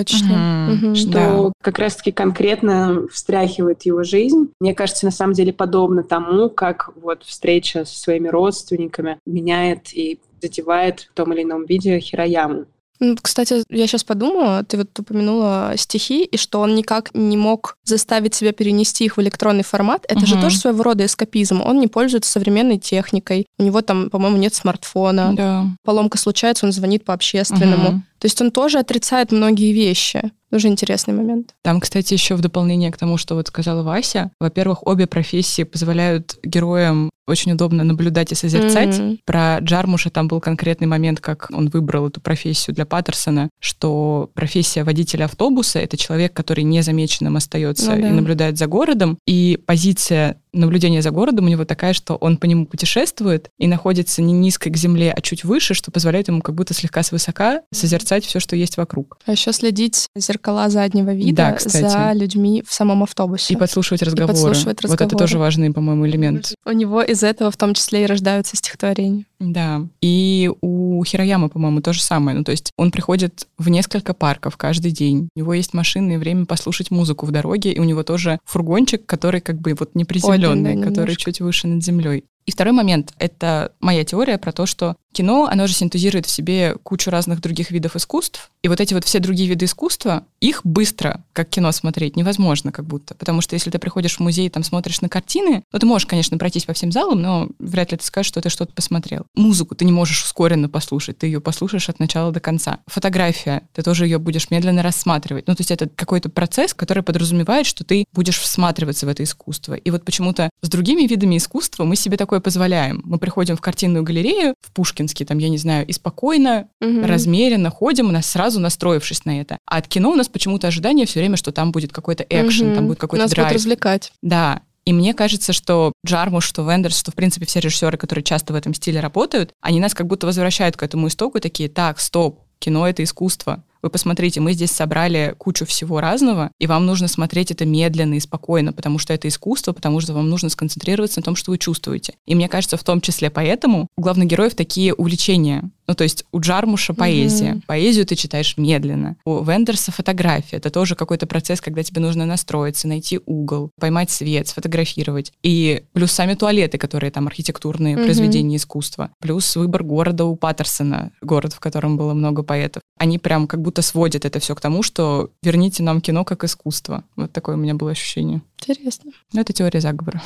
Точно. Что как раз-таки конкретно встряхивает его жизнь. Мне кажется, на самом деле подобно тому, как вот встреча со своими родственниками меняет и задевает в том или ином виде Хирояму. Кстати, я сейчас подумала, ты вот упомянула стихи, и что он никак не мог заставить себя перенести их в электронный формат. Это же тоже своего рода эскапизм. Он не пользуется современной техникой. У него там, по-моему, нет смартфона. Да. Поломка случается, он звонит по общественному. То есть он тоже отрицает многие вещи. Тоже интересный момент. Там, кстати, еще в дополнение к тому, что вот сказала Вася, во-первых, обе профессии позволяют героям очень удобно наблюдать и созерцать. Про Джармуша там был конкретный момент, как он выбрал эту профессию для Паттерсона, что профессия водителя автобуса — это человек, который незамеченным остается и наблюдает за городом, и позиция наблюдения за городом у него такая, что он по нему путешествует и находится не низко к земле, а чуть выше, что позволяет ему как будто слегка свысока созерцать все, что есть вокруг. А еще следить зеркала заднего вида за людьми в самом автобусе. И подслушивать разговоры. Вот это тоже важный, по-моему, элемент. У него из этого в том числе и рождаются стихотворения. Да. И у Хироямы, по-моему, то же самое. Ну, то есть он приходит в несколько парков каждый день. У него есть машина и время послушать музыку в дороге, и у него тоже фургончик, который как бы вот неприземленный, который чуть выше над землей. И второй момент — это моя теория про то, что кино, оно же синтезирует в себе кучу разных других видов искусств, и вот эти вот все другие виды искусства, их быстро, как кино, смотреть невозможно как будто, потому что если ты приходишь в музей и там смотришь на картины, ну, ты можешь, конечно, пройтись по всем залам, но вряд ли ты скажешь, что ты что-то посмотрел. Музыку ты не можешь ускоренно послушать, ты ее послушаешь от начала до конца. Фотография, ты тоже ее будешь медленно рассматривать. Ну, то есть это какой-то процесс, который подразумевает, что ты будешь всматриваться в это искусство. И вот почему-то с другими видами искусства мы себе такое позволяем. Мы приходим в картинную галерею, в Пушкинский, там, я не знаю, и спокойно, размеренно ходим, у нас сразу настроившись на это. А от кино у нас почему-то ожидание все время, что там будет какой-то экшен, там будет какой-то драйв. Нас будет развлекать. Да. И мне кажется, что Джармуш, что Вендерс, что, в принципе, все режиссеры, которые часто в этом стиле работают, они нас как будто возвращают к этому истоку и такие: так, стоп, кино — это искусство. Вы посмотрите, мы здесь собрали кучу всего разного, и вам нужно смотреть это медленно и спокойно, потому что это искусство, потому что вам нужно сконцентрироваться на том, что вы чувствуете. И мне кажется, в том числе поэтому у главных героев такие увлечения. Ну, то есть у Джармуша поэзия. Поэзию ты читаешь медленно. У Вендерса фотография. Это тоже какой-то процесс, когда тебе нужно настроиться, найти угол, поймать свет, сфотографировать. И плюс сами туалеты, которые там архитектурные произведения искусства. Плюс выбор города у Паттерсона, город, в котором было много поэтов. Они прям как будто сводят это все к тому, что верните нам кино как искусство. Вот такое у меня было ощущение. Интересно. Ну, это теория заговора.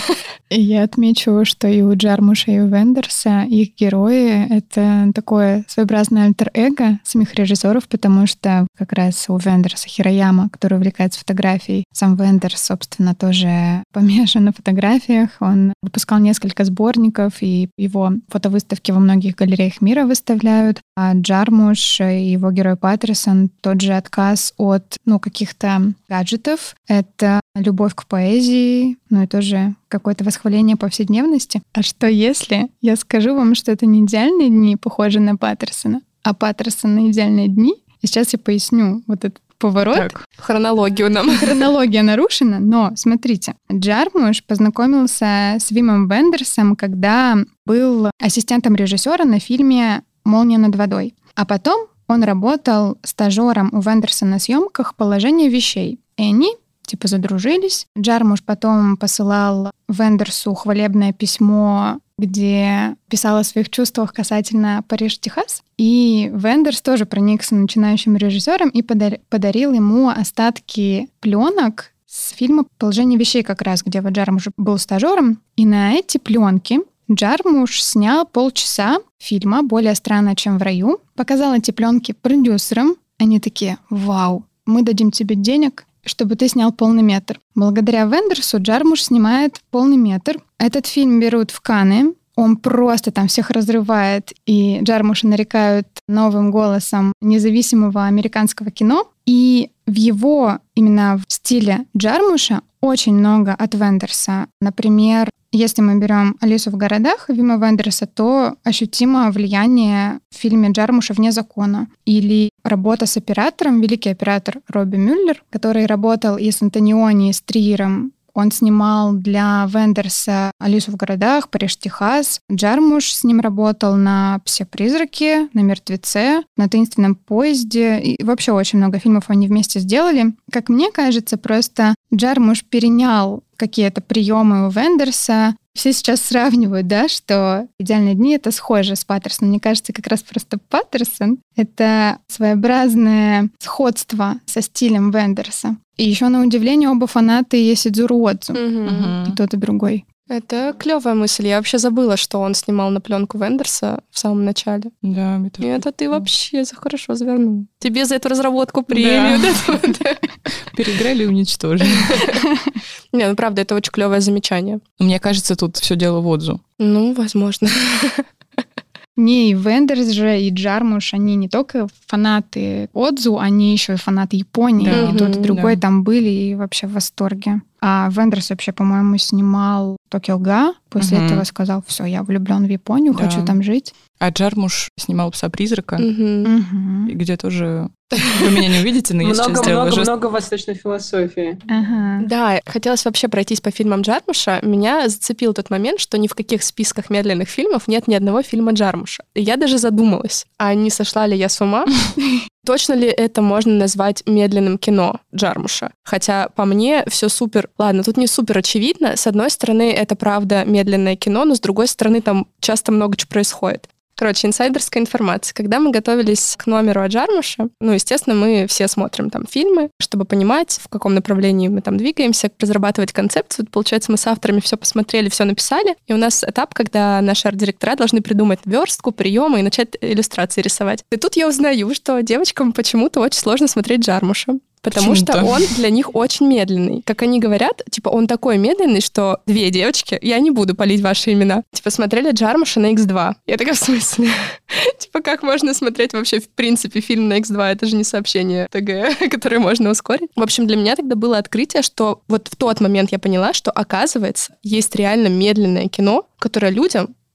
Я отмечу, что и у Джармуша, и у Вендерса их герои — это такое своеобразное альтер-эго самих режиссеров, потому что как раз у Вендерса Хирояма, который увлекается фотографией, сам Вендерс, собственно, тоже помешан на фотографиях. Он выпускал несколько сборников, и его фотовыставки во многих галереях мира выставляют. А Джармуш и его герой Паттерсон — тот же отказ от каких-то гаджетов. Это любовь к поэзии, и тоже какое-то восхваление повседневности. А что если я скажу вам, что это не идеальные дни, похожие на Паттерсона, а Паттерсон на идеальные дни? И сейчас я поясню вот этот поворот. Так, хронологию нам. Хронология нарушена, но смотрите. Джармуш познакомился с Вимом Вендерсом, когда был ассистентом режиссера на фильме «Молния над водой». А потом он работал стажером у Вендерса на съемках «Положение вещей». И они задружились. Джармуш потом посылал Вендерсу хвалебное письмо, где писал о своих чувствах касательно Париж, Техас. И Вендерс тоже проникся начинающим режиссером и подарил ему остатки пленок с фильма «Положение вещей», как раз, где Джармуш был стажером. И на эти пленки Джармуш снял полчаса фильма «Более странно, чем в раю», показал эти пленки продюсерам. Они такие: «Вау, мы дадим тебе денег, чтобы ты снял полный метр». Благодаря Вендерсу Джармуш снимает полный метр. Этот фильм берут в Канны. Он просто там всех разрывает, и Джармуша нарекают новым голосом независимого американского кино. И в его именно в стиле Джармуша очень много от Вендерса. Например, если мы берем «Алису в городах» Вима Вендерса, то ощутимо влияние в фильме Джармуша «Вне закона». Или работа с оператором, великий оператор Робби Мюллер, который работал и с Антониони, и с Триером. Он снимал для Вендерса «Алису в городах», «Париж, Техас». Джармуш с ним работал на «Псе-призраке», на «Мертвеце», на «Таинственном поезде». И вообще очень много фильмов они вместе сделали. Как мне кажется, просто Джармуш перенял какие-то приемы у Вендерса. Все сейчас сравнивают, да, что «Идеальные дни» — это схоже с Паттерсоном. Мне кажется, как раз просто Паттерсон — это своеобразное сходство со стилем Вендерса. И еще на удивление оба фанаты Йосидзуру Одзу. И тот, и другой. Это клевая мысль. Я вообще забыла, что он снимал на пленку Вендерса в самом начале. Да, и это ты вообще хорошо завернул. Тебе за эту разработку премию дадут. Переиграли и уничтожили. Не, правда, это очень клевое замечание. Мне кажется, тут все дело в Одзу. Возможно. Не, и Вендерс же, и Джармуш, они не только фанаты Одзу, они еще и фанаты Японии. Да. И тот, и другой там были и вообще в восторге. А Вендерс вообще, по-моему, снимал «Токио Га». После этого сказал: все, я влюблен в Японию, хочу там жить. А Джармуш снимал «Пса-призрака», где тоже... Вы меня не увидите, но я сейчас сделала жест. Много восточной философии. Да, хотелось вообще пройтись по фильмам Джармуша. Меня зацепил тот момент, что ни в каких списках медленных фильмов нет ни одного фильма Джармуша. И я даже задумалась, а не сошла ли я с ума? Точно ли это можно назвать медленным кино Джармуша? Хотя по мне все супер... Ладно, тут не супер очевидно. С одной стороны, это правда медленное кино, но с другой стороны, там часто много чего происходит. Короче, инсайдерская информация. Когда мы готовились к номеру от Джармуша, естественно, мы все смотрим там фильмы, чтобы понимать, в каком направлении мы там двигаемся, разрабатывать концепцию. Получается, мы с авторами все посмотрели, все написали, и у нас этап, когда наши арт-директора должны придумать верстку, приемы и начать иллюстрации рисовать. И тут я узнаю, что девочкам почему-то очень сложно смотреть Джармуша. Потому что он для них очень медленный. Как они говорят, он такой медленный, что 2 девочки, я не буду палить ваши имена, смотрели Джармуша на X2. Я такая: в смысле? Как можно смотреть вообще в принципе фильм на X2? Это же не сообщение ТГ, которое можно ускорить. В общем, для меня тогда было открытие, что вот в тот момент я поняла, что, оказывается, есть реально медленное кино, которое людям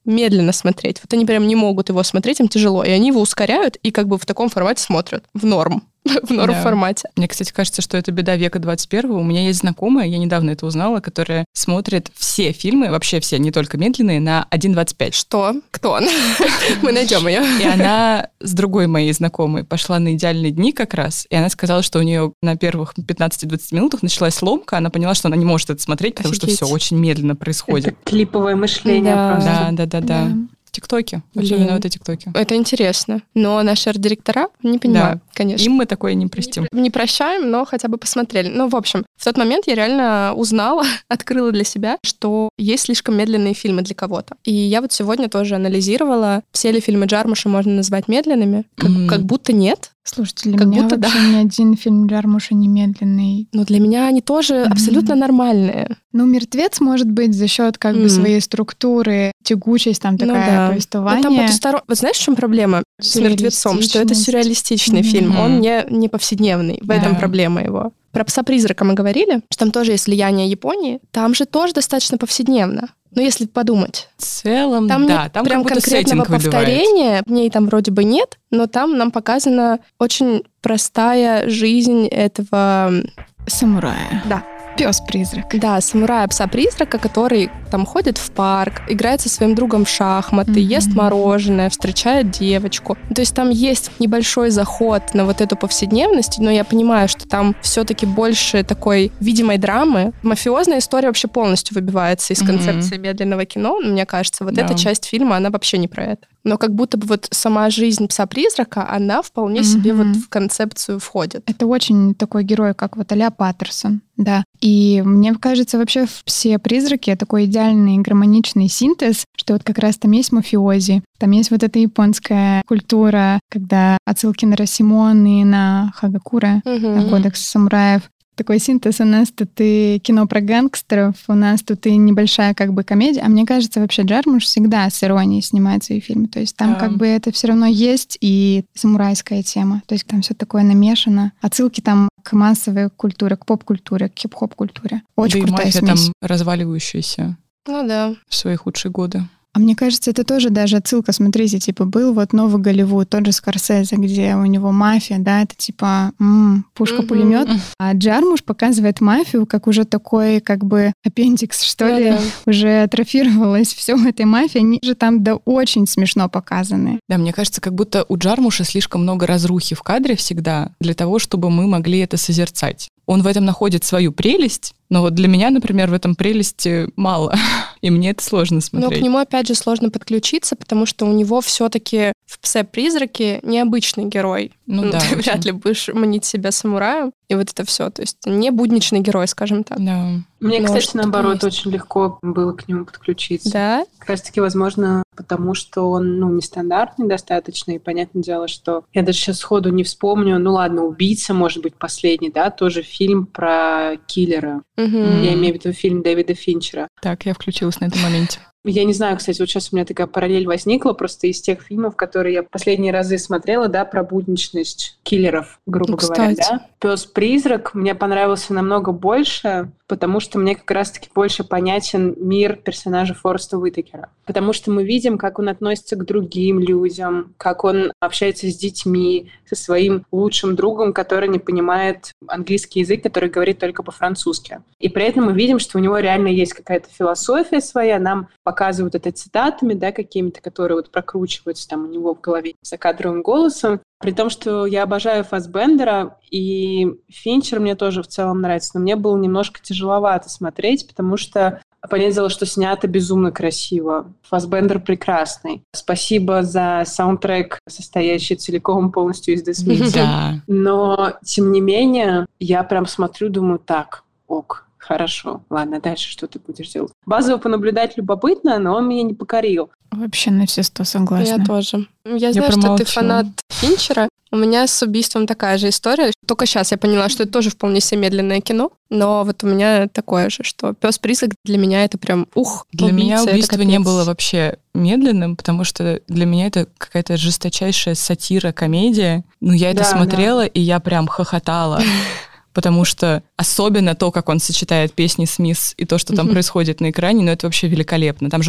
медленно смотреть. Вот они прям не могут его смотреть, им тяжело. И они его ускоряют и как бы в таком формате смотрят. В норм формате. Мне, кстати, кажется, что это беда века 21-го. У меня есть знакомая, я недавно это узнала, которая смотрит все фильмы, вообще все, не только медленные, на 1.25. Что? Кто она? Мы найдем ее. И она с другой моей знакомой пошла на «Идеальные дни» как раз, и она сказала, что у нее на первых 15-20 минутах началась ломка, она поняла, что она не может это смотреть, потому что все очень медленно происходит. Это клиповое мышление просто. Да. ТикТоки. Очень виноваты ТикТоки. Это интересно. Но наши арт-директора не понимают, конечно. Им мы такое не простим. Не прощаем, но хотя бы посмотрели. Ну, в общем, в тот момент я реально узнала, открыла для себя, что есть слишком медленные фильмы для кого-то. И я вот сегодня тоже анализировала, все ли фильмы Джармуша можно назвать медленными. Как будто нет. Слушайте, для меня вообще ни один фильм Джармуша не медленный. Но для меня они тоже абсолютно нормальные. Ну, «Мертвец» может быть за счет как бы своей структуры, тягучесть там такая повествование. Там потусторонне. Вот знаешь, в чем проблема с «Мертвецом»? Что это сюрреалистичный фильм, он не повседневный. В этом проблема его. Про «Пса-призрака» мы говорили, что там тоже есть влияние Японии. Там же тоже достаточно повседневно. Ну, если подумать. В целом, там да. Там прям как будто конкретного повторения, в ней там вроде бы нет, но там нам показана очень простая жизнь этого... самурая. Да. Пес-призрак. Да, самурая пса-призрака, который там ходит в парк, играет со своим другом в шахматы, ест мороженое, встречает девочку. То есть там есть небольшой заход на вот эту повседневность, но я понимаю, что там все-таки больше такой видимой драмы. Мафиозная история вообще полностью выбивается из концепции медленного кино. Мне кажется, вот эта часть фильма, она вообще не про это. Но как будто бы вот сама жизнь пса-призрака, она вполне себе вот в концепцию входит. Это очень такой герой, как вот а-ля Паттерсон, да. И мне кажется, вообще все призраки — такой идеальный гармоничный синтез, что вот как раз там есть мафиози, там есть вот эта японская культура, когда отсылки на Росимон и на Хагакура, на кодекс самураев. Такой синтез. У нас тут и кино про гангстеров, у нас тут и небольшая как бы комедия. А мне кажется, вообще Джармуш всегда с иронией снимает свои фильмы. То есть там как бы это все равно есть и самурайская тема. То есть там все такое намешано. Отсылки там к массовой культуре, к поп-культуре, к хип-хоп-культуре. Очень да крутая и мафия смесь. там разваливающаяся. Ну да. В свои худшие годы. А мне кажется, это тоже даже отсылка, смотрите, типа был вот новый Голливуд, тот же Скорсезе, где у него мафия, да, это типа пушка-пулемет. А Джармуш показывает мафию как уже такой как бы аппендикс, что ли, уже атрофировалось все в этой мафии. Они же там очень смешно показаны. Да, мне кажется, как будто у Джармуша слишком много разрухи в кадре всегда для того, чтобы мы могли это созерцать. Он в этом находит свою прелесть, но вот для меня, например, в этом прелести мало, и мне это сложно смотреть. Но к нему, опять же, сложно подключиться, потому что у него все-таки в «Псе-призраке» необычный герой. Ну да. Ты вряд ли будешь мнить себя самураем, и вот это все. То есть не будничный герой, скажем так. Да. Мне, кстати, наоборот, очень легко было к нему подключиться. Да? Как раз-таки, возможно, потому что он, нестандартный достаточно, и понятное дело, что я даже сейчас сходу не вспомню, «Убийца», может быть, последний, да, тоже фильм про киллера. Я имею в виду фильм Дэвида Финчера. Так, я включилась на этом моменте. Я не знаю, кстати, вот сейчас у меня такая параллель возникла просто из тех фильмов, которые я последние разы смотрела, да, про будничность киллеров, грубо говоря, да. «Пес-призрак» мне понравился намного больше, потому что мне как раз-таки больше понятен мир персонажа Фореста Уитакера. Потому что мы видим, как он относится к другим людям, как он общается с детьми, со своим лучшим другом, который не понимает английский язык, который говорит только по-французски. И при этом мы видим, что у него реально есть какая-то философия своя, нам показывают это цитатами, да, какими-то, которые вот прокручиваются там у него в голове закадровым голосом. При том, что я обожаю Фассбендера, и Финчер мне тоже в целом нравится, но мне было немножко тяжеловато смотреть, потому что понятное дело, что снято безумно красиво. Фассбендер прекрасный. Спасибо за саундтрек, состоящий целиком полностью из The Smiths. Да. Но, тем не менее, я прям смотрю, думаю, так, ок. Хорошо, ладно, дальше что ты будешь делать? Базово понаблюдать любопытно, но он меня не покорил. Вообще на все 100 согласна. Я тоже. Я знаю, что ты фанат Финчера. У меня с «Убийством» такая же история. Только сейчас я поняла, что это тоже вполне себе медленное кино. Но вот у меня такое же, что «Пес-призрак» для меня это прям Для меня «Убийство» не было вообще медленным, потому что для меня это какая-то жесточайшая сатира, комедия. Но я это смотрела, и я прям хохотала. Потому что особенно то, как он сочетает песни Смитс и то, что там происходит на экране, это вообще великолепно. Там же он еще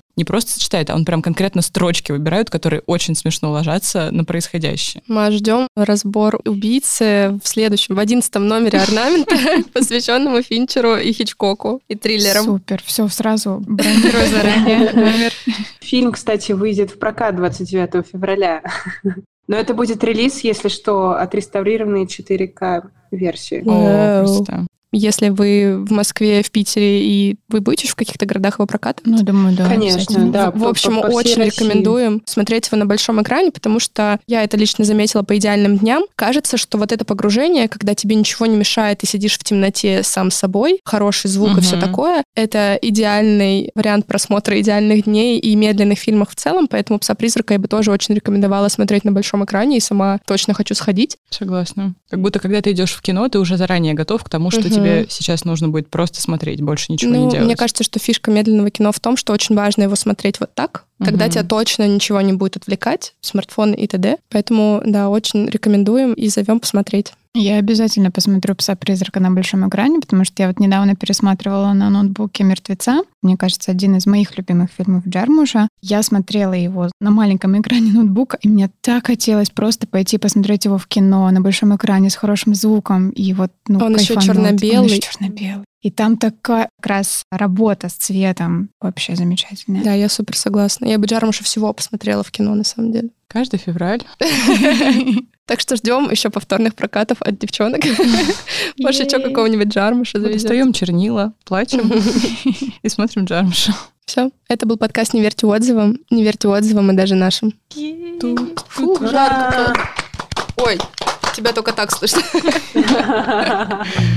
не просто читает, а он прям конкретно строчки выбирает, которые очень смешно ложатся на происходящее. Мы ждем разбор «Убийцы» в 11-м номере «Орнамента», посвященному Финчеру и Хичкоку, и триллерам. Супер, все, сразу бронирую заранее номер. Фильм, кстати, выйдет в прокат 29 февраля. Но это будет релиз, если что, отреставрированной 4К-версии. О, просто. Если вы в Москве, в Питере, и вы будете в каких-то городах его прокатывать? Ну, думаю, да. Конечно, да. В общем, очень рекомендуем смотреть его на большом экране, потому что я это лично заметила по «Идеальным дням». Кажется, что вот это погружение, когда тебе ничего не мешает, ты сидишь в темноте сам собой, хороший звук и все такое, это идеальный вариант просмотра «Идеальных дней» и медленных фильмов в целом, поэтому «Пса-призрака» я бы тоже очень рекомендовала смотреть на большом экране, и сама точно хочу сходить. Согласна. Как будто, когда ты идешь в кино, ты уже заранее готов к тому, что тебе сейчас нужно будет просто смотреть, больше ничего не делать. Мне кажется, что фишка медленного кино в том, что очень важно его смотреть вот так, когда тебя точно ничего не будет отвлекать, смартфон и т.д. Поэтому, да, очень рекомендуем и зовем посмотреть. Я обязательно посмотрю «Пса-призрака» на большом экране, потому что я вот недавно пересматривала на ноутбуке «Мертвеца». Мне кажется, один из моих любимых фильмов Джармуша. Я смотрела его на маленьком экране ноутбука, и мне так хотелось просто пойти посмотреть его в кино на большом экране с хорошим звуком. И вот, он еще черно-белый. Он еще черно-белый. И там такая как раз работа с цветом вообще замечательная. Да, я супер согласна. Я бы Джармуша всего посмотрела в кино, на самом деле. Каждый февраль. Так что ждем еще повторных прокатов от девчонок. Может, еще какого-нибудь Джармуша завезем. Достаем чернила, плачем и смотрим Джармуша. Все, это был подкаст «Не верьте отзывам». Не верьте отзывам и даже нашим. Фух, жарко. Ой, тебя только так слышно.